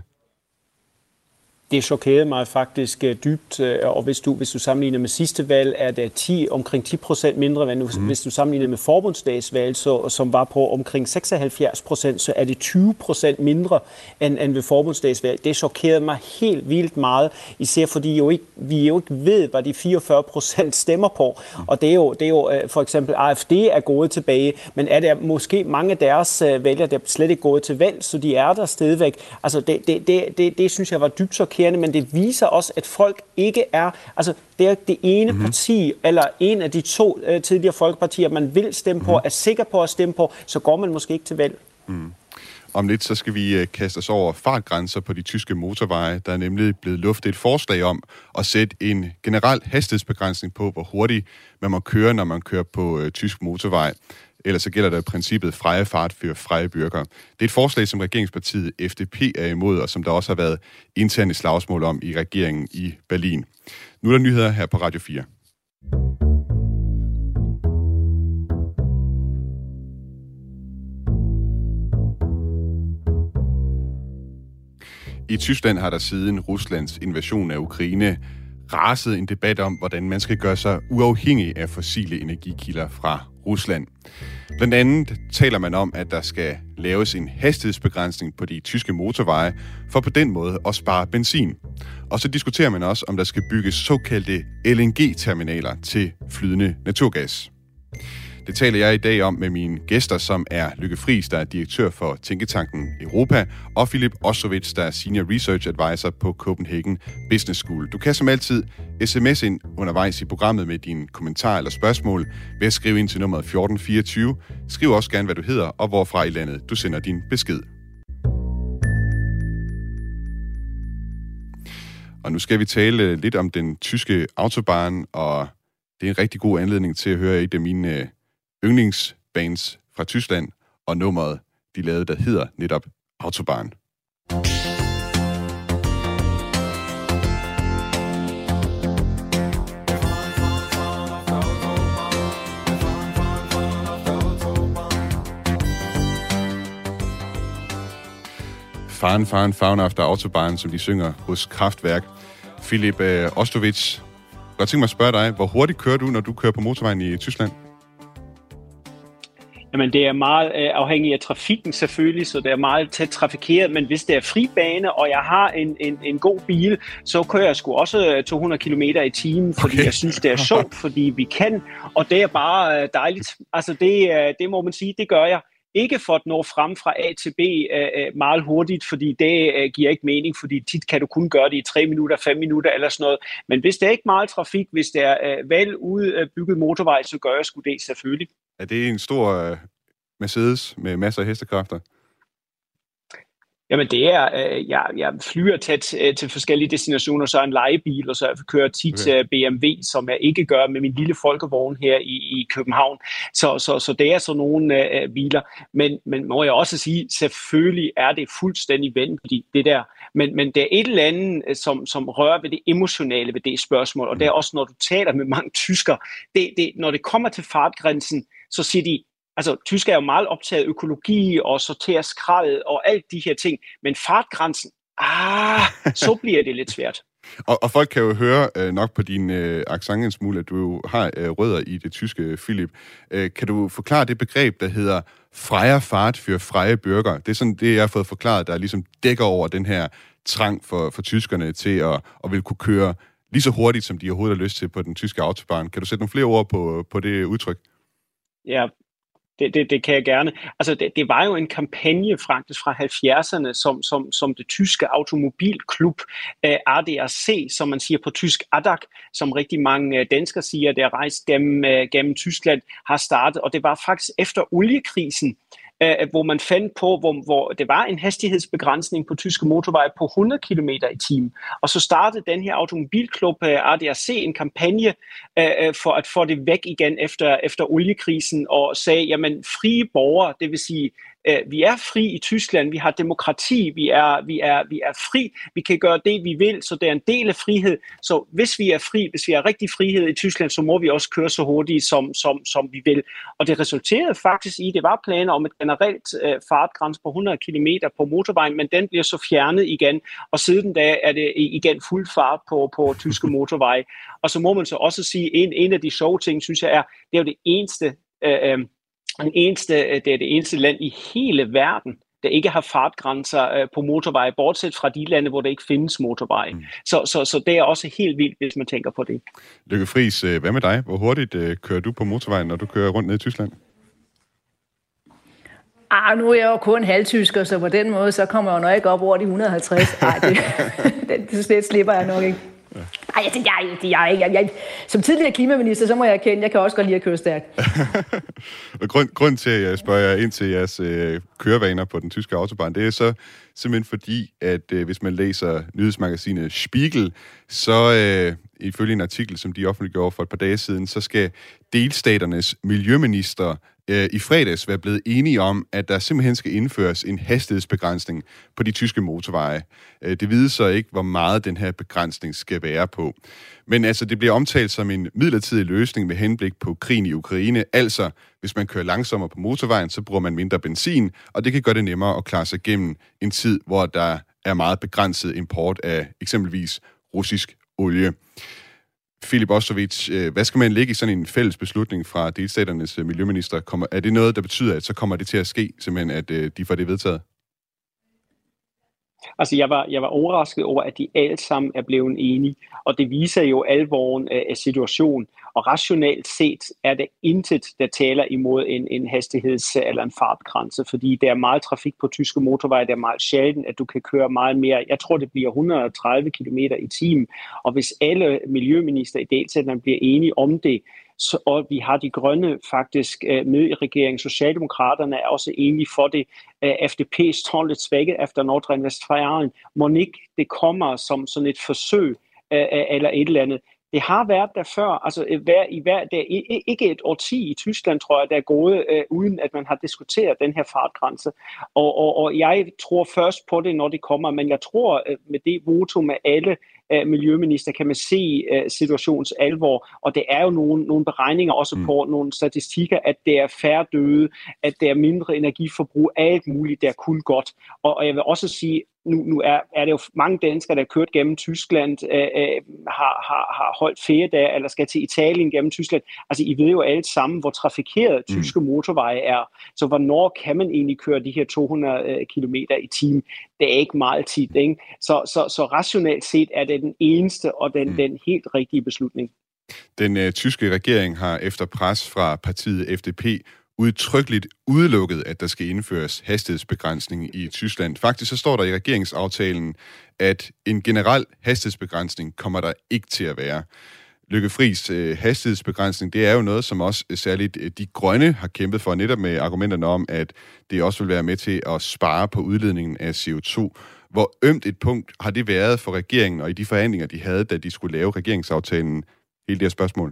Det chokerede mig faktisk uh, dybt, uh, og hvis du, hvis du sammenligner med sidste valg, er det ti, omkring ti procent mindre, end mm. hvis du sammenligner med forbundsdagsvalg, så, som var på omkring seksoghalvfjerds procent, så er det tyve procent mindre end, end ved forbundsdagsvalg. Det chokerede mig helt vildt meget, især fordi jo ikke, vi jo ikke ved, hvad de fireogfyrre procent stemmer på. Mm. Og det er jo, det er jo uh, for eksempel A F D er gået tilbage, men er der måske mange af deres uh, vælgere, der er slet ikke gået til valg, så de er der stadigvæk. Altså det, det, det, det, det synes jeg var dybt chokerende. Men det viser også, at folk ikke er, altså det er ikke det ene mm-hmm. parti, eller en af de to uh, tidligere folkepartier, man vil stemme mm-hmm. på, er sikker på at stemme på, så går man måske ikke til valg. Mm. Om lidt så skal vi kaste os over fartgrænser på de tyske motorveje. Der er nemlig blevet luftet et forslag om at sætte en generel hastighedsbegrænsning på, hvor hurtigt man må køre, når man kører på øh, tysk motorvej. Ellers så gælder der princippet freie Fahrt für freie Bürger. Det er et forslag, som regeringspartiet F D P er imod, og som der også har været interne slagsmål om i regeringen i Berlin. Nu er der nyheder her på Radio fire. I Tyskland har der siden Ruslands invasion af Ukraine raset en debat om, hvordan man skal gøre sig uafhængig af fossile energikilder fra Rusland. Blandt andet taler man om, at der skal laves en hastighedsbegrænsning på de tyske motorveje, for på den måde at spare benzin. Og så diskuterer man også, om der skal bygges såkaldte L N G-terminaler til flydende naturgas. Det taler jeg i dag om med mine gæster, som er Lykke Friis, der er direktør for Tænketanken Europa, og Philip Ostrowitz, der er Senior Research Advisor på Copenhagen Business School. Du kan som altid sms ind undervejs i programmet med dine kommentarer eller spørgsmål ved at skrive ind til nummeret fjorten fireogtyve. Skriv også gerne, hvad du hedder og hvorfra i landet du sender din besked. Og nu skal vi tale lidt om den tyske autobahn, og det er en rigtig god anledning til at høre et af mine yndlingsbands fra Tyskland, og nummeret, de lavede, der hedder netop Autobahn. Fahren, fahren, fahren efter Autobahn, som de synger hos Kraftwerk. Philip øh, Ostrowitz, jeg godt tænke mig at spørge dig, hvor hurtigt kører du, når du kører på motorvejen i Tyskland? Jamen, det er meget øh, afhængigt af trafikken selvfølgelig, så det er meget tæt trafikeret, men hvis det er fri bane, og jeg har en, en, en god bil, så kører jeg sgu også to hundrede kilometer i timen, fordi okay. Jeg synes, det er sjovt, fordi vi kan, og det er bare øh, dejligt. Altså, det, øh, det må man sige, det gør jeg. Ikke for at nå frem fra A til B øh, meget hurtigt, fordi det øh, giver ikke mening, fordi tit kan du kun gøre det i tre minutter, fem minutter eller sådan noget. Men hvis det er ikke meget trafik, hvis det er øh, vel udbygget motorvej, så gør jeg sgu det selvfølgelig. Er det en stor øh, Mercedes med masser af hestekræfter? Jamen det er, øh, jeg, jeg flyver tæt øh, til forskellige destinationer, så er en lejebil, og så kører tit okay. B M W, som jeg ikke gør med min lille folkevogn her i, i København. Så, så, så det er sådan nogle øh, biler. Men, men må jeg også sige, selvfølgelig er det fuldstændig vanvittigt, det der. Men, men det er et eller andet, som, som rører ved det emotionale ved det spørgsmål, og det er også, når du taler med mange tyskere, det, det, når det kommer til fartgrænsen, så siger de, altså, tyskere er jo meget optaget af økologi og sortere skrald og alt de her ting, men fartgrænsen, ah, så bliver det lidt svært. og, og folk kan jo høre øh, nok på din øh, accent en smule, at du jo har øh, rødder i det tyske, Philip. Øh, kan du forklare det begreb, der hedder freie Fahrt für freie Bürger? Det er sådan det, jeg har fået forklaret, der ligesom dækker over den her trang for, for tyskerne til at, at vil kunne køre lige så hurtigt, som de overhovedet har lyst til på den tyske autobahn. Kan du sætte nogle flere ord på, på det udtryk? Ja, Det, det, det kan jeg gerne. Altså, det, det var jo en kampagne faktisk fra halvfjerdserne, som, som, som det tyske automobilklub eh, A D A C, som man siger på tysk A D A C, som rigtig mange eh, danskere siger, der rejst gennem, eh, gennem Tyskland, har startet. Og det var faktisk efter oliekrisen, eh, hvor man fandt på, hvor, hvor det var en hastighedsbegrænsning på tyske motorveje på hundrede kilometer i timen. Og så startede den her automobilklub eh, A D A C en kampagne eh, for at få det væk igen efter, efter oliekrisen, og sagde, jamen frie borgere, det vil sige, eh, vi er fri i Tyskland, vi har demokrati, vi er, vi, er, vi er fri, vi kan gøre det, vi vil, så det er en del af frihed. Så hvis vi er fri, hvis vi har rigtig frihed i Tyskland, så må vi også køre så hurtigt, som, som, som vi vil. Og det resulterede faktisk i, det var planer om et generelt eh, fartgrænse på hundrede kilometer på motorvejen, men den bliver så fjernet igen, og siden da er det igen fuld fart på, på tyske motorveje. Og så må man så også sige, en, en af de sjove ting, synes jeg er, det er jo det eneste, øh, den eneste, det er det eneste land i hele verden, der ikke har fartgrænser øh, på motorveje, bortset fra de lande, hvor der ikke findes motorveje. Mm. Så, så, så det er også helt vildt, hvis man tænker på det. Lykke Friis, hvad med dig? Hvor hurtigt øh, kører du på motorvejen, når du kører rundt ned i Tyskland? Ah, nu er jeg jo kun halvtysker, så på den måde, så kommer jeg jo nok ikke op over de et hundrede og halvtreds. Ej, det, det, det slipper jeg nok ikke. Ja. Ej, jeg, jeg, jeg, jeg, jeg, som tidligere klimaminister, så må jeg erkende, jeg kan også godt lide at køre stærkt. grund, grund til, at jeg spørger jer ind til jeres øh, kørevaner på den tyske autobahn, det er så simpelthen fordi, at øh, hvis man læser nyhedsmagasinet Spiegel, så øh, ifølge en artikel, som de offentliggjorde for et par dage siden, så skal delstaternes miljøminister øh, i fredags være blevet enige om, at der simpelthen skal indføres en hastighedsbegrænsning på de tyske motorveje. Øh, det vides så ikke, hvor meget den her begrænsning skal være på. Men altså, det bliver omtalt som en midlertidig løsning med henblik på krigen i Ukraine. Altså, hvis man kører langsommere på motorvejen, så bruger man mindre benzin, og det kan gøre det nemmere at klare sig gennem en tid, hvor der er meget begrænset import af eksempelvis russisk olie. Filip Ostrovich, hvad skal man lægge i sådan en fælles beslutning fra delstaternes miljøminister? Kommer, er det noget, der betyder, at så kommer det til at ske, simpelthen, at de får det vedtaget? Altså, jeg var, jeg var overrasket over, at de alle sammen er blevet enige, og det viser jo alvoren af, af situationen. Og rationelt set er det intet, der taler imod en, en hastigheds- eller en fartgrænse, fordi der er meget trafik på tyske motorveje, det er meget sjældent, at du kan køre meget mere. Jeg tror, det bliver et hundrede og tredive kilometer i timen, og hvis alle miljøminister i delstaterne bliver enige om det, så, og vi har de grønne faktisk med i regeringen. Socialdemokraterne er også enige for det. F D P står lidt svækket efter Nordrhein-Westfalen. Må ikke det kommer som sådan et forsøg eller et eller andet. Det har været der før, altså hver, i hver, der, ikke et årti i Tyskland, tror jeg, der er gået, øh, uden at man har diskuteret den her fartgrænse. Og, og, og jeg tror først på det, når det kommer, men jeg tror, øh, med det votum med alle øh, miljøminister, kan man se øh, situations alvor, og det er jo nogle, nogle beregninger også mm. på nogle statistikker, at det er færre døde, at det er mindre energiforbrug, alt muligt, det er kun godt. Og, og jeg vil også sige, Nu, nu er, er det jo mange danskere, der har kørt gennem Tyskland, øh, øh, har, har, har holdt feriedage, eller skal til Italien gennem Tyskland. Altså, I ved jo alle sammen, hvor trafikeret mm. tyske motorveje er. Så hvornår kan man egentlig køre de her to hundrede kilometer i timen? Det er ikke meget tid, ikke? Så, så, så rationelt set er det den eneste og den, mm. den helt rigtige beslutning. Den øh, tyske regering har efter pres fra partiet F D P udtrykkeligt udelukket, at der skal indføres hastighedsbegrænsning i Tyskland. Faktisk så står der i regeringsaftalen, at en generel hastighedsbegrænsning kommer der ikke til at være. Lykke Friis, øh, hastighedsbegrænsning, det er jo noget, som også særligt øh, de grønne har kæmpet for, netop med argumenterne om, at det også vil være med til at spare på udledningen af C O to. Hvor ømt et punkt har det været for regeringen, og i de forhandlinger, de havde, da de skulle lave regeringsaftalen, hele det her spørgsmål?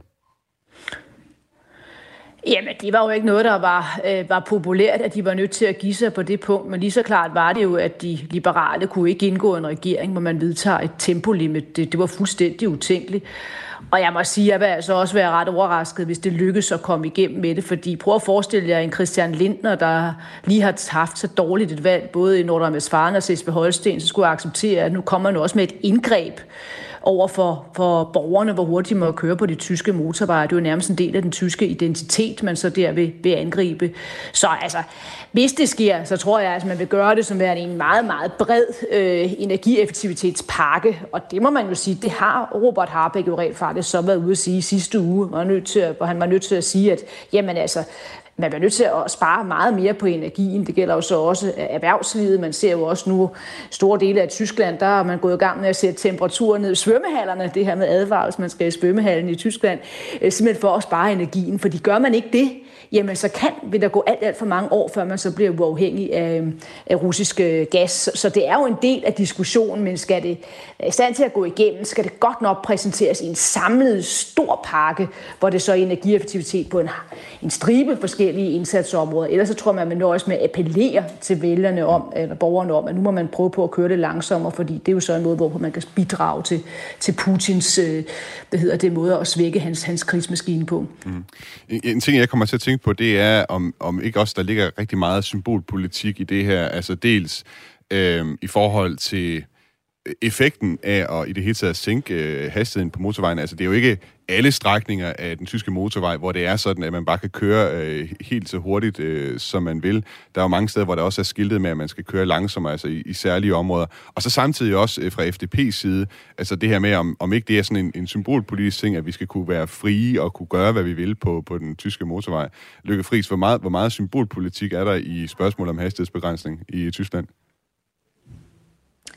Jamen, det var jo ikke noget, der var, øh, var populært, at de var nødt til at give sig på det punkt. Men lige så klart var det jo, at de liberale kunne ikke indgå en regering, hvor man vedtager et tempolimit. Det, det var fuldstændig utænkeligt. Og jeg må sige, at jeg vil altså også være ret overrasket, hvis det lykkes at komme igennem med det. Fordi prøv at forestille jer en Christian Lindner, der lige har haft så dårligt et valg, både i Nordrhein-Westfalen og Slesvig-Holsten, så skulle acceptere, at nu kommer man også med et indgreb over for, for borgerne, hvor hurtigt man må køre på de tyske motorveje. Det er jo nærmest en del af den tyske identitet, man så der vil, vil angribe. Så altså, hvis det sker, så tror jeg, at man vil gøre det som være en meget, meget bred øh, energieffektivitetspakke. Og det må man jo sige, det har Robert Habeck jo rent faktisk så været ude at sige sidste uge, hvor han, nødt til at, hvor han var nødt til at sige, at jamen altså, man bliver nødt til at spare meget mere på energien. Det gælder jo så også erhvervslivet. Man ser jo også nu store dele af Tyskland, der er man gået i gang med at sætte temperaturen ned i svømmehallerne. Det her med advarsel, man skal i svømmehallen i Tyskland, simpelthen for at spare energien. Fordi gør man ikke det, jamen så kan vil der gå alt, alt for mange år, før man så bliver uafhængig af, af russisk gas. Så det er jo en del af diskussionen, men skal det i stand til at gå igennem, skal det godt nok præsenteres i en samlet stor pakke, hvor det så er energieffektivitet på en, en stribe forskellige indsatsområder. Ellers så tror man, at man nøjes med at appellere til vælgerne om, eller borgerne om, at nu må man prøve på at køre det langsommere, fordi det er jo så en måde, hvor man kan bidrage til, til Putins hvad hedder det, måde at svække hans, hans krigsmaskine på. Mm. En ting, jeg kommer til at tænke på, det er, om, om ikke også der ligger rigtig meget symbolpolitik i det her. Altså dels øh, i forhold til effekten af at i det hele taget sænke øh, hastigheden på motorvejen. Altså det er jo ikke alle strækninger af den tyske motorvej, hvor det er sådan, at man bare kan køre øh, helt så hurtigt, øh, som man vil. Der er jo mange steder, hvor der også er skiltet med, at man skal køre langsommere, altså i, i særlige områder. Og så samtidig også øh, fra F D P's side, altså det her med, om, om ikke det er sådan en, en symbolpolitisk ting, at vi skal kunne være frie og kunne gøre, hvad vi vil på, på den tyske motorvej. Lykke Friis, hvor meget, hvor meget symbolpolitik er der i spørgsmål om hastighedsbegrænsning i Tyskland?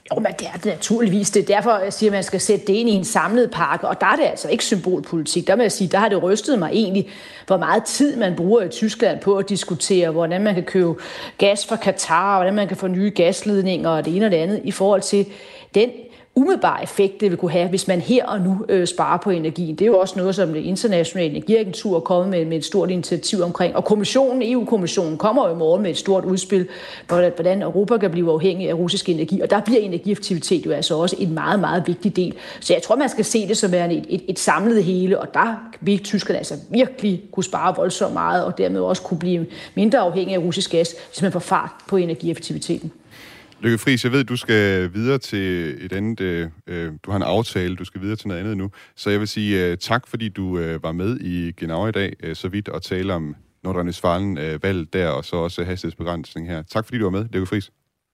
Jo, men det er det naturligvis. Det er derfor, jeg siger, at man skal sætte det ind i en samlet pakke, og der er det altså ikke symbolpolitik. Der må jeg sige, der har det rystet mig egentlig, hvor meget tid man bruger i Tyskland på at diskutere, hvordan man kan købe gas fra Katar, hvordan man kan få nye gasledninger og det ene og det andet, i forhold til den umiddelbare effekt, det vil kunne have, hvis man her og nu øh, sparer på energien. Det er jo også noget, som det internationale energiagentur er kommet med, med et stort initiativ omkring. Og kommissionen, E U-kommissionen kommer jo i morgen med et stort udspil, hvordan Europa kan blive afhængig af russisk energi. Og der bliver energieffektivitet jo altså også en meget, meget vigtig del. Så jeg tror, man skal se det som et, et, et samlet hele, og der vil Tyskland altså virkelig kunne spare voldsomt meget, og dermed også kunne blive mindre afhængig af russisk gas, hvis man får fart på energieffektiviteten. Lykke Friis, jeg ved, du skal videre til et andet, øh, du har en aftale, du skal videre til noget andet nu, så jeg vil sige øh, tak, fordi du øh, var med i Genau i dag, øh, så vidt, og tale om Nordrhein-Westfalen øh, valget der, og så også hastighedsbegrænsning her. Tak, fordi du var med, Lykke Friis.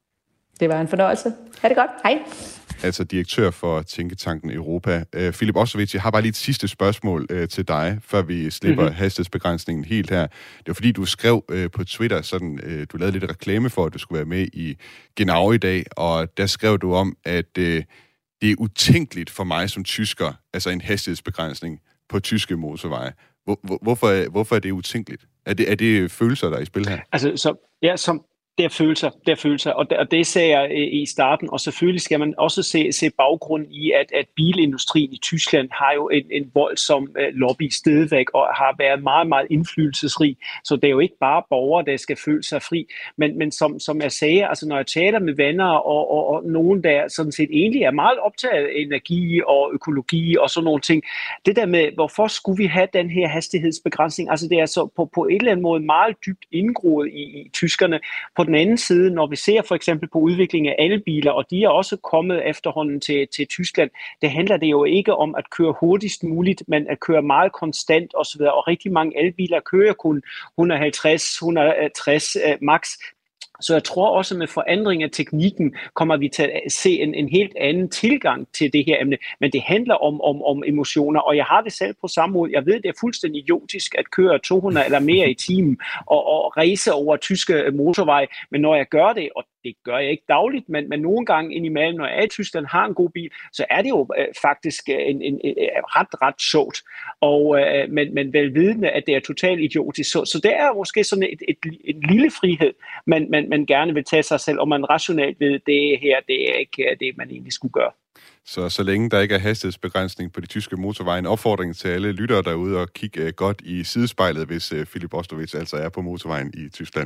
Det var en fornøjelse. Ha' det godt. Hej. Altså direktør for Tænketanken Europa. Uh, Philip Osterwitz, jeg har bare lige et sidste spørgsmål uh, til dig, før vi slipper mm-hmm. hastighedsbegrænsningen helt her. Det var fordi, du skrev uh, på Twitter, sådan, uh, du lavede lidt reklame for, at du skulle være med i Genau i dag, og der skrev du om, at uh, det er utænkeligt for mig som tysker, altså en hastighedsbegrænsning på tyske motorveje. Hvor, hvor, hvorfor, hvorfor er det utænkeligt? Er det, er det følelser, der er i spil her? Altså, så, ja, som Det er følelser, det er følelser, og det, og det ser jeg i starten, og selvfølgelig skal man også se, se baggrunden i, at, at bilindustrien i Tyskland har jo en, en voldsom lobby stadigvæk, og har været meget, meget indflydelsesrig, så det er jo ikke bare borgere, der skal føle sig fri, men, men som, som jeg sagde, altså når jeg taler med venner, og, og, og nogen, der sådan set egentlig er meget optaget af energi og økologi og sådan nogle ting, det der med, hvorfor skulle vi have den her hastighedsbegrænsning, altså det er så på, på en eller anden måde meget dybt indgroet i, i tyskerne. På den anden side, når vi ser for eksempel på udvikling af elbiler, og de er også kommet efterhånden til, til Tyskland, det handler det jo ikke om at køre hurtigst muligt, men at køre meget konstant osv. Og rigtig mange elbiler kører kun et hundrede og halvtreds til et hundrede og tres eh, max. Så jeg tror også, med forandring af teknikken kommer vi til at se en, en helt anden tilgang til det her emne. Men det handler om, om, om emotioner, og jeg har det selv på samme måde. Jeg ved, det er fuldstændig idiotisk at køre to hundrede eller mere i timen og, og rejse over tyske motorveje. Men når jeg gør det, og det gør jeg ikke dagligt, men, men nogle gange indimellem, når jeg er i Tyskland, har en god bil, så er det jo øh, faktisk en, en, en ret, ret sjovt. Og, øh, men, men velvidende, at det er totalt idiotisk. Så, så det er måske sådan et, et, et, en lille frihed, man, man, man gerne vil tage sig selv, og man rationelt ved, det her, det er ikke det, man egentlig skulle gøre. Så så længe der ikke er hastighedsbegrænsning på de tyske motorveje, en opfordring til alle lyttere derude og kigge uh, godt i sidespejlet, hvis uh, Philip Osterwitz altså er på motorvejen i Tyskland.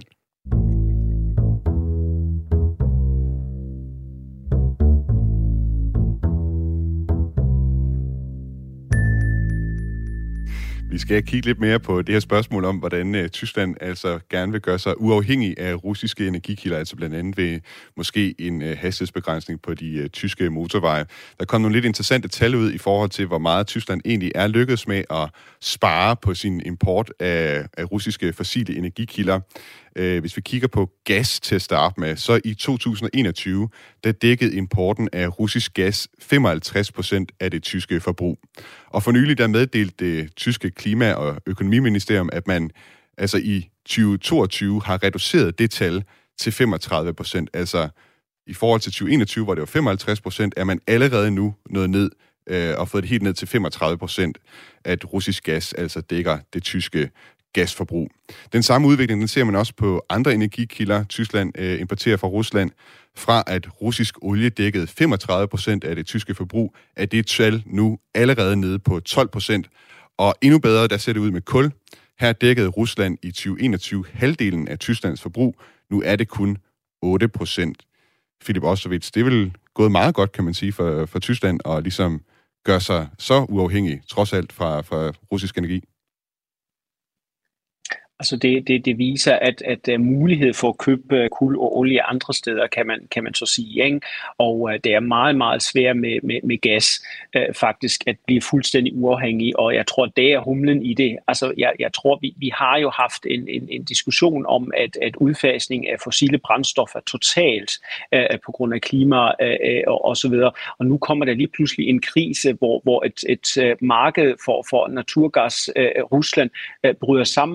Vi skal kigge lidt mere på det her spørgsmål om, hvordan uh, Tyskland altså gerne vil gøre sig uafhængig af russiske energikilder, altså blandt andet ved måske en uh, hastighedsbegrænsning på de uh, tyske motorveje. Der kom nogle lidt interessante tal ud i forhold til, hvor meget Tyskland egentlig er lykkedes med at spare på sin import af, af russiske fossile energikilder. Uh, hvis vi kigger på gas til at starte med, så i to tusind og enogtyve, der dækkede importen af russisk gas femoghalvtreds procent af det tyske forbrug. Og for nylig der meddelte det tyske klima- og økonomiministerium, at man altså i tyve toogtyve har reduceret det tal til femogtredive procent. Altså i forhold til tyve enogtyve, hvor det var femoghalvtreds procent, er man allerede nu nået ned øh, og fået det helt ned til femogtredive procent, at russisk gas altså dækker det tyske gasforbrug. Den samme udvikling, den ser man også på andre energikilder. Tyskland øh, importerer fra Rusland. Fra at russisk olie dækkede femogtredive procent af det tyske forbrug, er det tal nu allerede nede på tolv procent. Og endnu bedre, der ser det ud med kul. Her dækkede Rusland i tyve enogtyve halvdelen af Tysklands forbrug. Nu er det kun otte procent. Philip Osterwitz, det er vel gået meget godt, kan man sige, for, for Tyskland at ligesom gøre sig så uafhængig, trods alt fra, fra russisk energi. Altså det, det, det viser, at, at uh, mulighed for at købe kul og olie andre steder, kan man, kan man så sige. Ikke? Og uh, det er meget, meget svært med, med, med gas uh, faktisk at blive fuldstændig uafhængig, og jeg tror, det er humlen i det. Altså jeg, jeg tror, vi, vi har jo haft en, en, en diskussion om, at, at udfasning af fossile brændstoffer totalt uh, på grund af klima uh, og, og så videre. Og nu kommer der lige pludselig en krise, hvor, hvor et, et uh, marked for, for naturgas uh, Rusland uh, bryder sammen. Man skal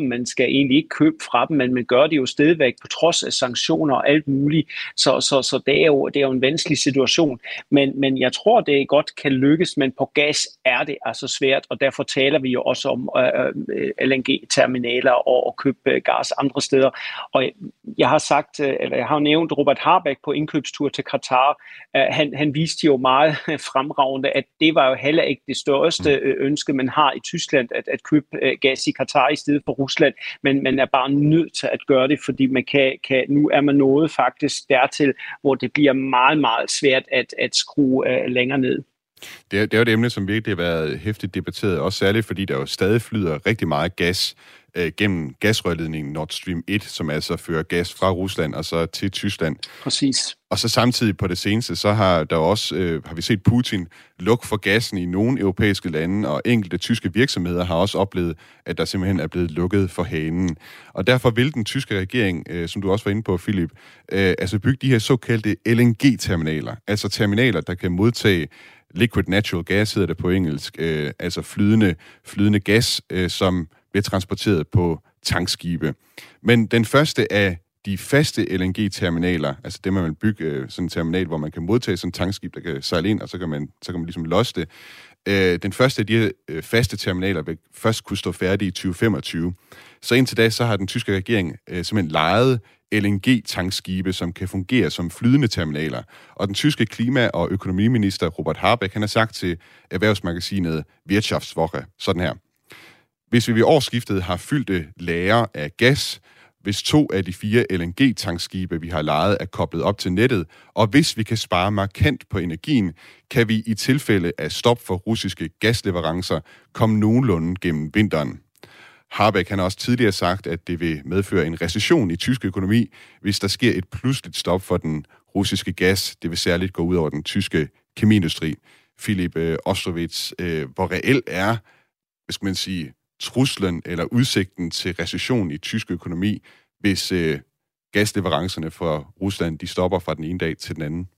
egentlig ikke købe fra dem, men man gør det jo stadigvæk på trods af sanktioner og alt muligt. Så, så, så det, er jo, det er jo en vanskelig situation. Men, men jeg tror, det godt kan lykkes, men på gas er det altså svært, og derfor taler vi jo også om øh, L N G-terminaler og, og købe gas andre steder. Og jeg har sagt, eller jeg har nævnt Robert Habeck på indkøbstur til Katar. Han, han viste jo meget fremragende, at det var jo heller ikke det største ønske, man har i Tyskland, at, at købe gas i Katar i stedet for Rusland, men man er bare nødt til at gøre det, fordi man kan, kan, nu er man nået faktisk dertil, hvor det bliver meget, meget svært at, at skrue uh, længere ned. Det er, det er jo et emne, som virkelig har været hæftigt debatteret, også særligt fordi der jo stadig flyder rigtig meget gas øh, gennem gasrørledningen Nord Stream et, som altså fører gas fra Rusland og så til Tyskland. Præcis. Og så samtidig på det seneste, så har der også øh, har vi set Putin lukke for gassen i nogle europæiske lande, og enkelte tyske virksomheder har også oplevet, at der simpelthen er blevet lukket for hanen. Og derfor vil den tyske regering, øh, som du også var inde på, Philip, øh, altså bygge de her såkaldte L N G-terminaler, altså terminaler, der kan modtage liquid natural gas, hedder det på engelsk, øh, altså flydende, flydende gas, øh, som bliver transporteret på tankskibe. Men den første af de faste L N G-terminaler, altså det, man vil bygge øh, sådan en terminal, hvor man kan modtage sådan en tankskib, der kan sejle ind, og så kan man, så kan man ligesom losse det. Øh, den første af de her øh, faste terminaler vil først kunne stå færdig i tyve femogtyve. Så indtil da, så har den tyske regering øh, simpelthen lejet L N G-tankskibe, som kan fungere som flydende terminaler. Og den tyske klima- og økonomiminister Robert Habeck, han har sagt til erhvervsmagasinet Wirtschaftswoche sådan her: Hvis vi ved årsskiftet har fyldte lager af gas, hvis to af de fire L N G-tankskibe, vi har lejet, er koblet op til nettet, og hvis vi kan spare markant på energien, kan vi i tilfælde af stop for russiske gasleverancer komme nogenlunde gennem vinteren. Habeck han har også tidligere sagt, at det vil medføre en recession i tysk økonomi, hvis der sker et pludseligt stop for den russiske gas. Det vil særligt gå ud over den tyske kemiindustri. Philip øh, Ostrowitz, øh, hvor reelt er, hvad skal man sige, truslen eller udsigten til recession i tysk økonomi, hvis øh, gasleverancerne fra Rusland de stopper fra den ene dag til den anden?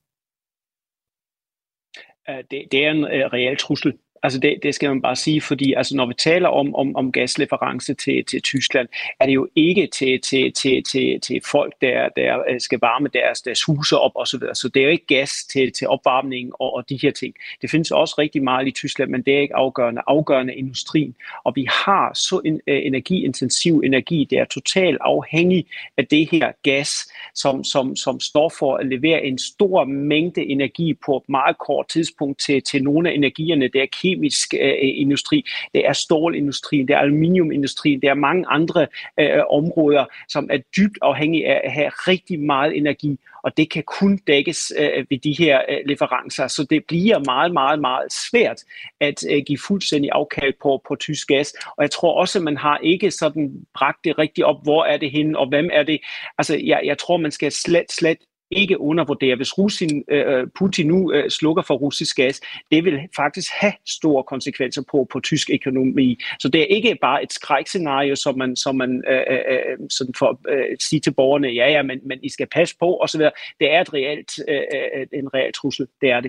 Det, det er en uh, reel trussel. Altså det, det skal man bare sige, fordi altså når vi taler om, om, om gasleverance til, til Tyskland, er det jo ikke til, til, til, til, til folk, der, der skal varme deres, deres huse op og så videre. Så det er jo ikke gas til, til opvarmning og, og de her ting. Det findes også rigtig meget i Tyskland, men det er ikke afgørende. Afgørende industrien. Og vi har så en uh, energiintensiv energi, der er totalt afhængig af det her gas, som, som, som står for at levere en stor mængde energi på et meget kort tidspunkt til, til nogle af energierne, der er kemisk øh, industri, det er stålindustrien, det er aluminiumindustrien, det er mange andre øh, områder, som er dybt afhængige af at have rigtig meget energi, og det kan kun dækkes øh, ved de her øh, leverancer. Så det bliver meget, meget, meget svært at øh, give fuldstændig afkald på, på tysk gas. Og jeg tror også, at man har ikke sådan bragt det rigtigt op, hvor er det henne, og hvem er det. Altså, jeg, jeg tror, man skal slet, slet ikke undervurdere. Hvis Russin, øh, Putin nu øh, slukker for russisk gas, det vil faktisk have store konsekvenser på, på tysk økonomi. Så det er ikke bare et skrækscenario, som man, som man øh, øh, sådan for at øh, sige til borgerne, ja, ja, men, men I skal passe på, og så videre. Det er et reelt, øh, en reel trussel. Det er det.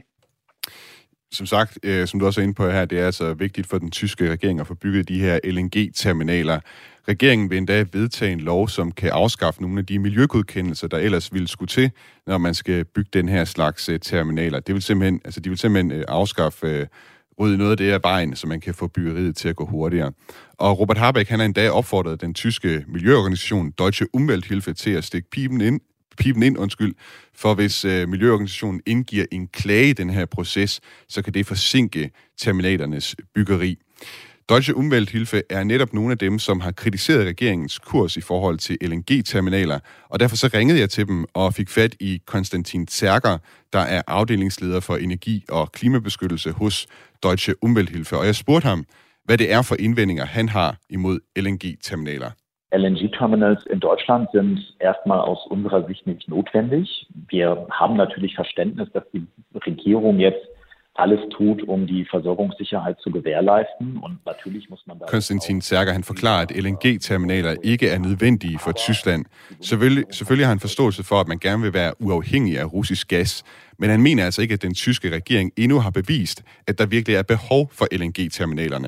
Som sagt, øh, som du også er inde på her, det er altså vigtigt for den tyske regering at få bygget de her L N G-terminaler. Regeringen vil endda vedtage en lov, som kan afskaffe nogle af de miljøgodkendelser, der ellers ville skulle til, når man skal bygge den her slags uh, terminaler. Det vil simpelthen, altså, de vil simpelthen uh, afskaffe, uh, rydde noget af det af vejen, så man kan få byggeriet til at gå hurtigere. Og Robert Habeck, han har endda opfordret den tyske miljøorganisation Deutsche Umwelthilfe til at stikke pipen ind, pipen ind, undskyld, for hvis uh, miljøorganisationen indgiver en klage i den her proces, så kan det forsinke terminalernes byggeri. Deutsche Umwelthilfe er netop nogle af dem, som har kritiseret regeringens kurs i forhold til L N G-terminaler, og derfor så ringede jeg til dem og fik fat i Konstantin Zerger, der er afdelingsleder for energi og klimabeskyttelse hos Deutsche Umwelthilfe, og jeg spurgte ham, hvad det er for indvendinger, han har imod L N G-terminaler. L N G-Terminals in Deutschland sind erstmal aus unserer Sicht nicht notwendig. Wir haben natürlich Verständnis, dass die Regierung jetzt alles tut, um die Versorgungssicherheit zu gewährleisten, und natürlich muss man da... Konstantin Zerger, han forklarer, at L N G-terminaler ikke er nødvendige for Tyskland. Selvfølgelig, selvfølgelig har han forståelse for, at man gerne vil være uafhængig af russisk gas, men han mener altså ikke, at den tyske regering endnu har bevist, at der virkelig er behov for L N G-terminalerne.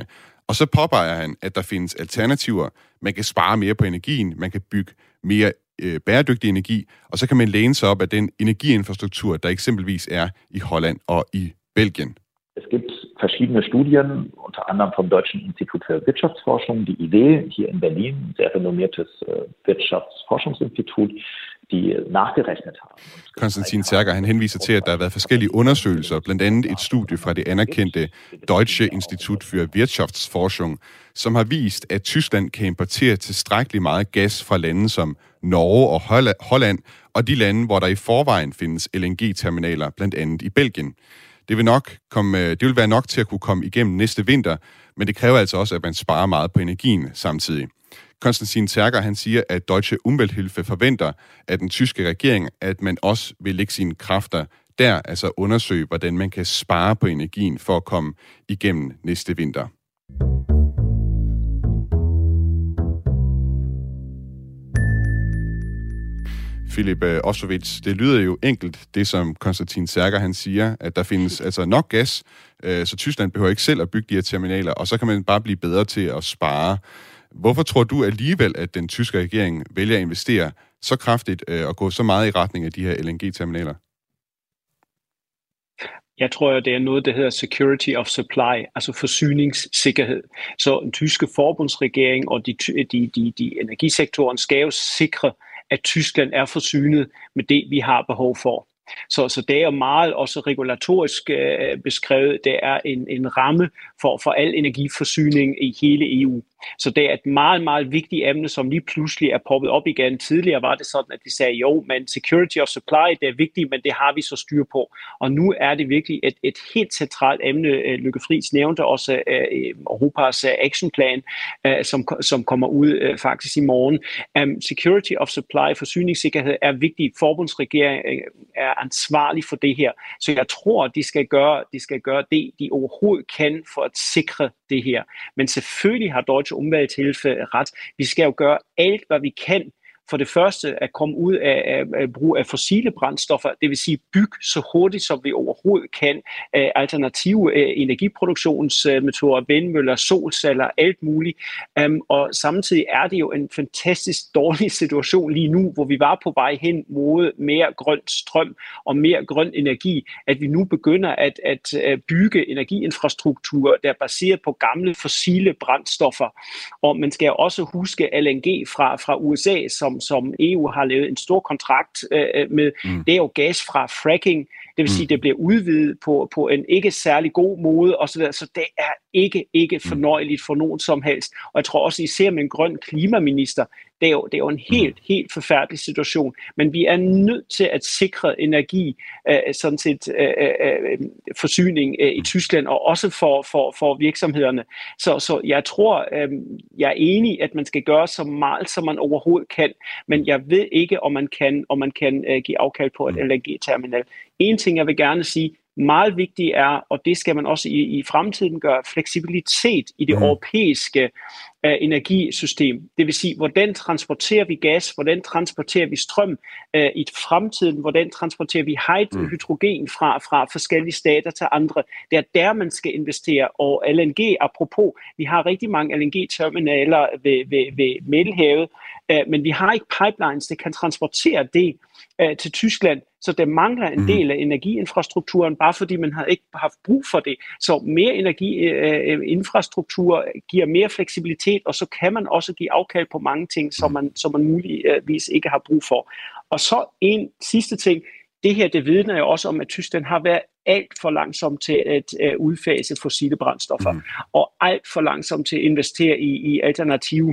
Og så påpeger han, at der findes alternativer. Man kan spare mere på energien, man kan bygge mere øh, bæredygtig energi, og så kan man læne sig op af den energiinfrastruktur, der eksempelvis er i Holland og i Belgien. Es gibt verschiedene Studien, unter anderem vom Deutschen Institut für Wirtschaftsforschung, die I W, hier in Berlin, ein sehr renommiertes äh, Wirtschaftsforschungsinstitut, die nachgerechnet haben. Konstantin Zerger, han henviser til, at der har været forskellige undersøgelser, blandt andet et studie fra det anerkendte Deutsche Institut für Wirtschaftsforschung, som har vist, at Tyskland kan importere tilstrækkeligt meget gas fra lande som Norge og Holland, og de lande, hvor der i forvejen findes L N G-terminaler, blandt andet i Belgien. Det vil, nok komme, det vil være nok til at kunne komme igennem næste vinter, men det kræver altså også, at man sparer meget på energien samtidig. Konstantin Zerger, han siger, at Deutsche Umwelthilfe forventer af den tyske regering, at man også vil lægge sine kræfter der, altså undersøge, hvordan man kan spare på energien for at komme igennem næste vinter. Philip Ossowitz, det lyder jo enkelt, det som Konstantin Zerger han siger, at der findes altså nok gas, øh, så Tyskland behøver ikke selv at bygge de her terminaler, og så kan man bare blive bedre til at spare. Hvorfor tror du alligevel, at den tyske regering vælger at investere så kraftigt øh, og gå så meget i retning af de her L N G-terminaler? Jeg tror, det er noget, der hedder security of supply, altså forsyningssikkerhed. Så den tyske forbundsregering og de, de, de, de energisektoren skal jo sikre, at Tyskland er forsynet med det, vi har behov for. Så, så det er jo meget også regulatorisk øh, beskrevet. Det er en, en ramme for, for al energiforsyning i hele E U. Så det er et meget, meget vigtigt emne, som lige pludselig er poppet op igen. Tidligere var det sådan, at de sagde, jo, men security of supply, det er vigtigt, men det har vi så styr på. Og nu er det virkelig et, et helt centralt emne. Lykke Friis nævnte også uh, Europas uh, actionplan, uh, som, som kommer ud uh, faktisk i morgen. Um, security of supply, forsyningssikkerhed er vigtigt. Forbundsregeringen er ansvarlig for det her. Så jeg tror, de skal gøre, de skal gøre det, de overhovedet kan for at sikre det her. Men selvfølgelig har Deutsche Umwelthilfe ret. Vi skal jo gøre alt, hvad vi kan. For det første at komme ud af, af, af brug af fossile brændstoffer, det vil sige bygge så hurtigt, som vi overhovedet kan, af alternative af energiproduktionsmetoder, vindmøller, solceller, alt muligt. Um, og samtidig er det jo en fantastisk dårlig situation lige nu, hvor vi var på vej hen mod mere grøn strøm og mere grøn energi, at vi nu begynder at, at bygge energiinfrastruktur, der er baseret på gamle fossile brændstoffer. Og man skal også huske L N G fra, fra U S A, som som E U har lavet en stor kontrakt øh, med, mm. det er jo gas fra fracking. Det vil sige, at det bliver udvidet på, på en ikke særlig god måde, og så, videre. Så det er ikke, ikke fornøjeligt for nogen som helst. Og jeg tror også, især med en grøn klimaminister, det er jo, det er jo en helt, helt forfærdelig situation. Men vi er nødt til at sikre energi, øh, sådan set øh, øh, forsyning øh, i Tyskland, og også for, for, for virksomhederne. Så, så jeg tror, øh, jeg er enig, at man skal gøre så meget, som man overhovedet kan. Men jeg ved ikke, om man kan, om man kan øh, give afkald på et L N G-terminal. En ting, jeg vil gerne sige, meget vigtigt er, og det skal man også i, i fremtiden gøre, fleksibilitet i det mm. europæiske uh, energisystem. Det vil sige, hvordan transporterer vi gas, hvordan transporterer vi strøm uh, i fremtiden, hvordan transporterer vi mm. hydrogen fra, fra forskellige stater til andre. Det er der, man skal investere. Og L N G, apropos, vi har rigtig mange L N G-terminaler ved, ved, ved Middelhavet, uh, men vi har ikke pipelines, der kan transportere det uh, til Tyskland. Så der mangler en del af energiinfrastrukturen, bare fordi man har ikke haft brug for det. Så mere energiinfrastruktur øh, giver mere fleksibilitet, og så kan man også give afkald på mange ting, som man, som man muligvis ikke har brug for. Og så en sidste ting. Det her, det vidner jo også om, at Tyskland har været alt for langsom til at uh, udfase fossile brændstoffer, mm. og alt for langsom til at investere i, i alternativ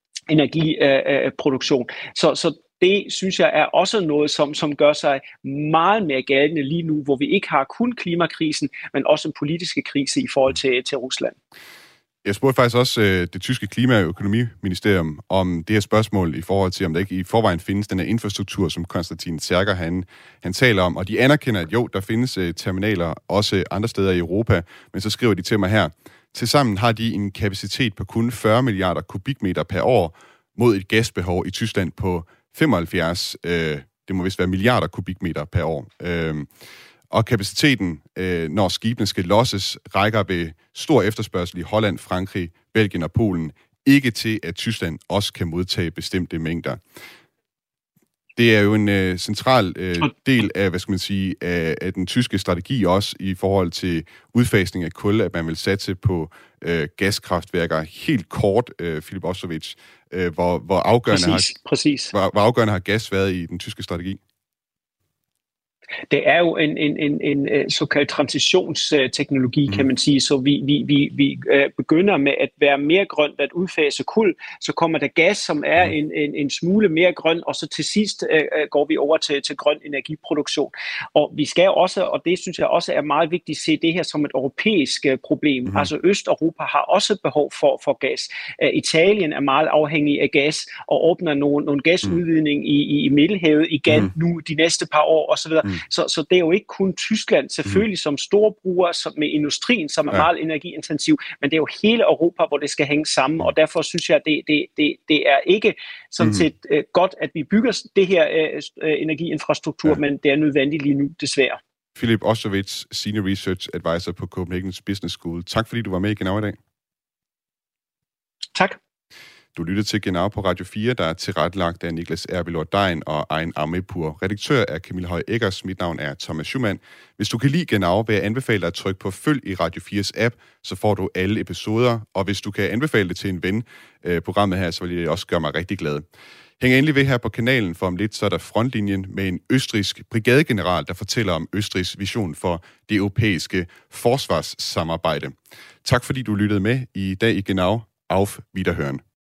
energiproduktion. Uh, så, så det synes jeg er også noget, som, som gør sig meget mere gældende lige nu, hvor vi ikke har kun klimakrisen, men også en politiske krise i forhold til, til Rusland. Jeg spurgte faktisk også øh, det tyske klima- og økonomiministerium om det her spørgsmål i forhold til, om der ikke i forvejen findes den her infrastruktur, som Konstantin Zerger han, han taler om. Og de anerkender, at jo, der findes øh, terminaler også andre steder i Europa, men så skriver de til mig her. Tilsammen har de en kapacitet på kun fyrre milliarder kubikmeter per år mod et gasbehov i Tyskland på femoghalvfjerds, øh, det må vist være milliarder kubikmeter per år. Øh, og kapaciteten, øh, når skibene skal losses, rækker ved stor efterspørgsel i Holland, Frankrig, Belgien og Polen, ikke til, at Tyskland også kan modtage bestemte mængder. Det er jo en øh, central øh, del af, hvad skal man sige, af, af den tyske strategi også i forhold til udfasning af kul, at man vil satse på øh, gaskraftværker. Helt kort, øh, Filip Ostrovich, øh, hvor, hvor, afgørende præcis, har, præcis. Hvor, hvor afgørende har gas været i den tyske strategi? Det er jo en, en, en, en såkaldt transitionsteknologi, kan man sige, så vi, vi, vi, vi begynder med at være mere grønt, at udfase kul, så kommer der gas, som er en, en, en smule mere grøn, og så til sidst uh, går vi over til, til grøn energiproduktion. Og vi skal også, og det synes jeg også er meget vigtigt, se det her som et europæisk uh, problem. Mm. Altså Østeuropa har også behov for, for gas. Uh, Italien er meget afhængig af gas, og åbner nogle, nogle gasudvidning i, i, i Middelhavet igen mm. nu de næste par år osv. Mm. Så, så det er jo ikke kun Tyskland, selvfølgelig som storbruger som med industrien, som er ja. meget energiintensiv, men det er jo hele Europa, hvor det skal hænge sammen, og derfor synes jeg, at det, det, det, det er ikke sådan mm. set uh, godt, at vi bygger det her uh, energiinfrastruktur, ja. men det er nødvendigt lige nu, desværre. Filip Ostrovich, Senior Research Advisor på Copenhagen Business School. Tak fordi du var med i Genau i dag. Tak. Du lytter til Genau på Radio fire, der er tilrettelagt af Niklas Erbelord Dein og Ejen Amepur. Redaktør er Camilla Høj Eggers. Mit navn er Thomas Schumann. Hvis du kan lide Genau, vil jeg anbefale dig at trykke på følg i Radio fires app, så får du alle episoder. Og hvis du kan anbefale det til en ven, øh, programmet her, så vil det også gøre mig rigtig glad. Hæng endelig ved her på kanalen, for om lidt så er der Frontlinjen med en østrigsk brigadegeneral, der fortæller om Østrigs vision for det europæiske forsvarssamarbejde. Tak fordi du lyttede med i dag i Genau. Auf Wiederhören.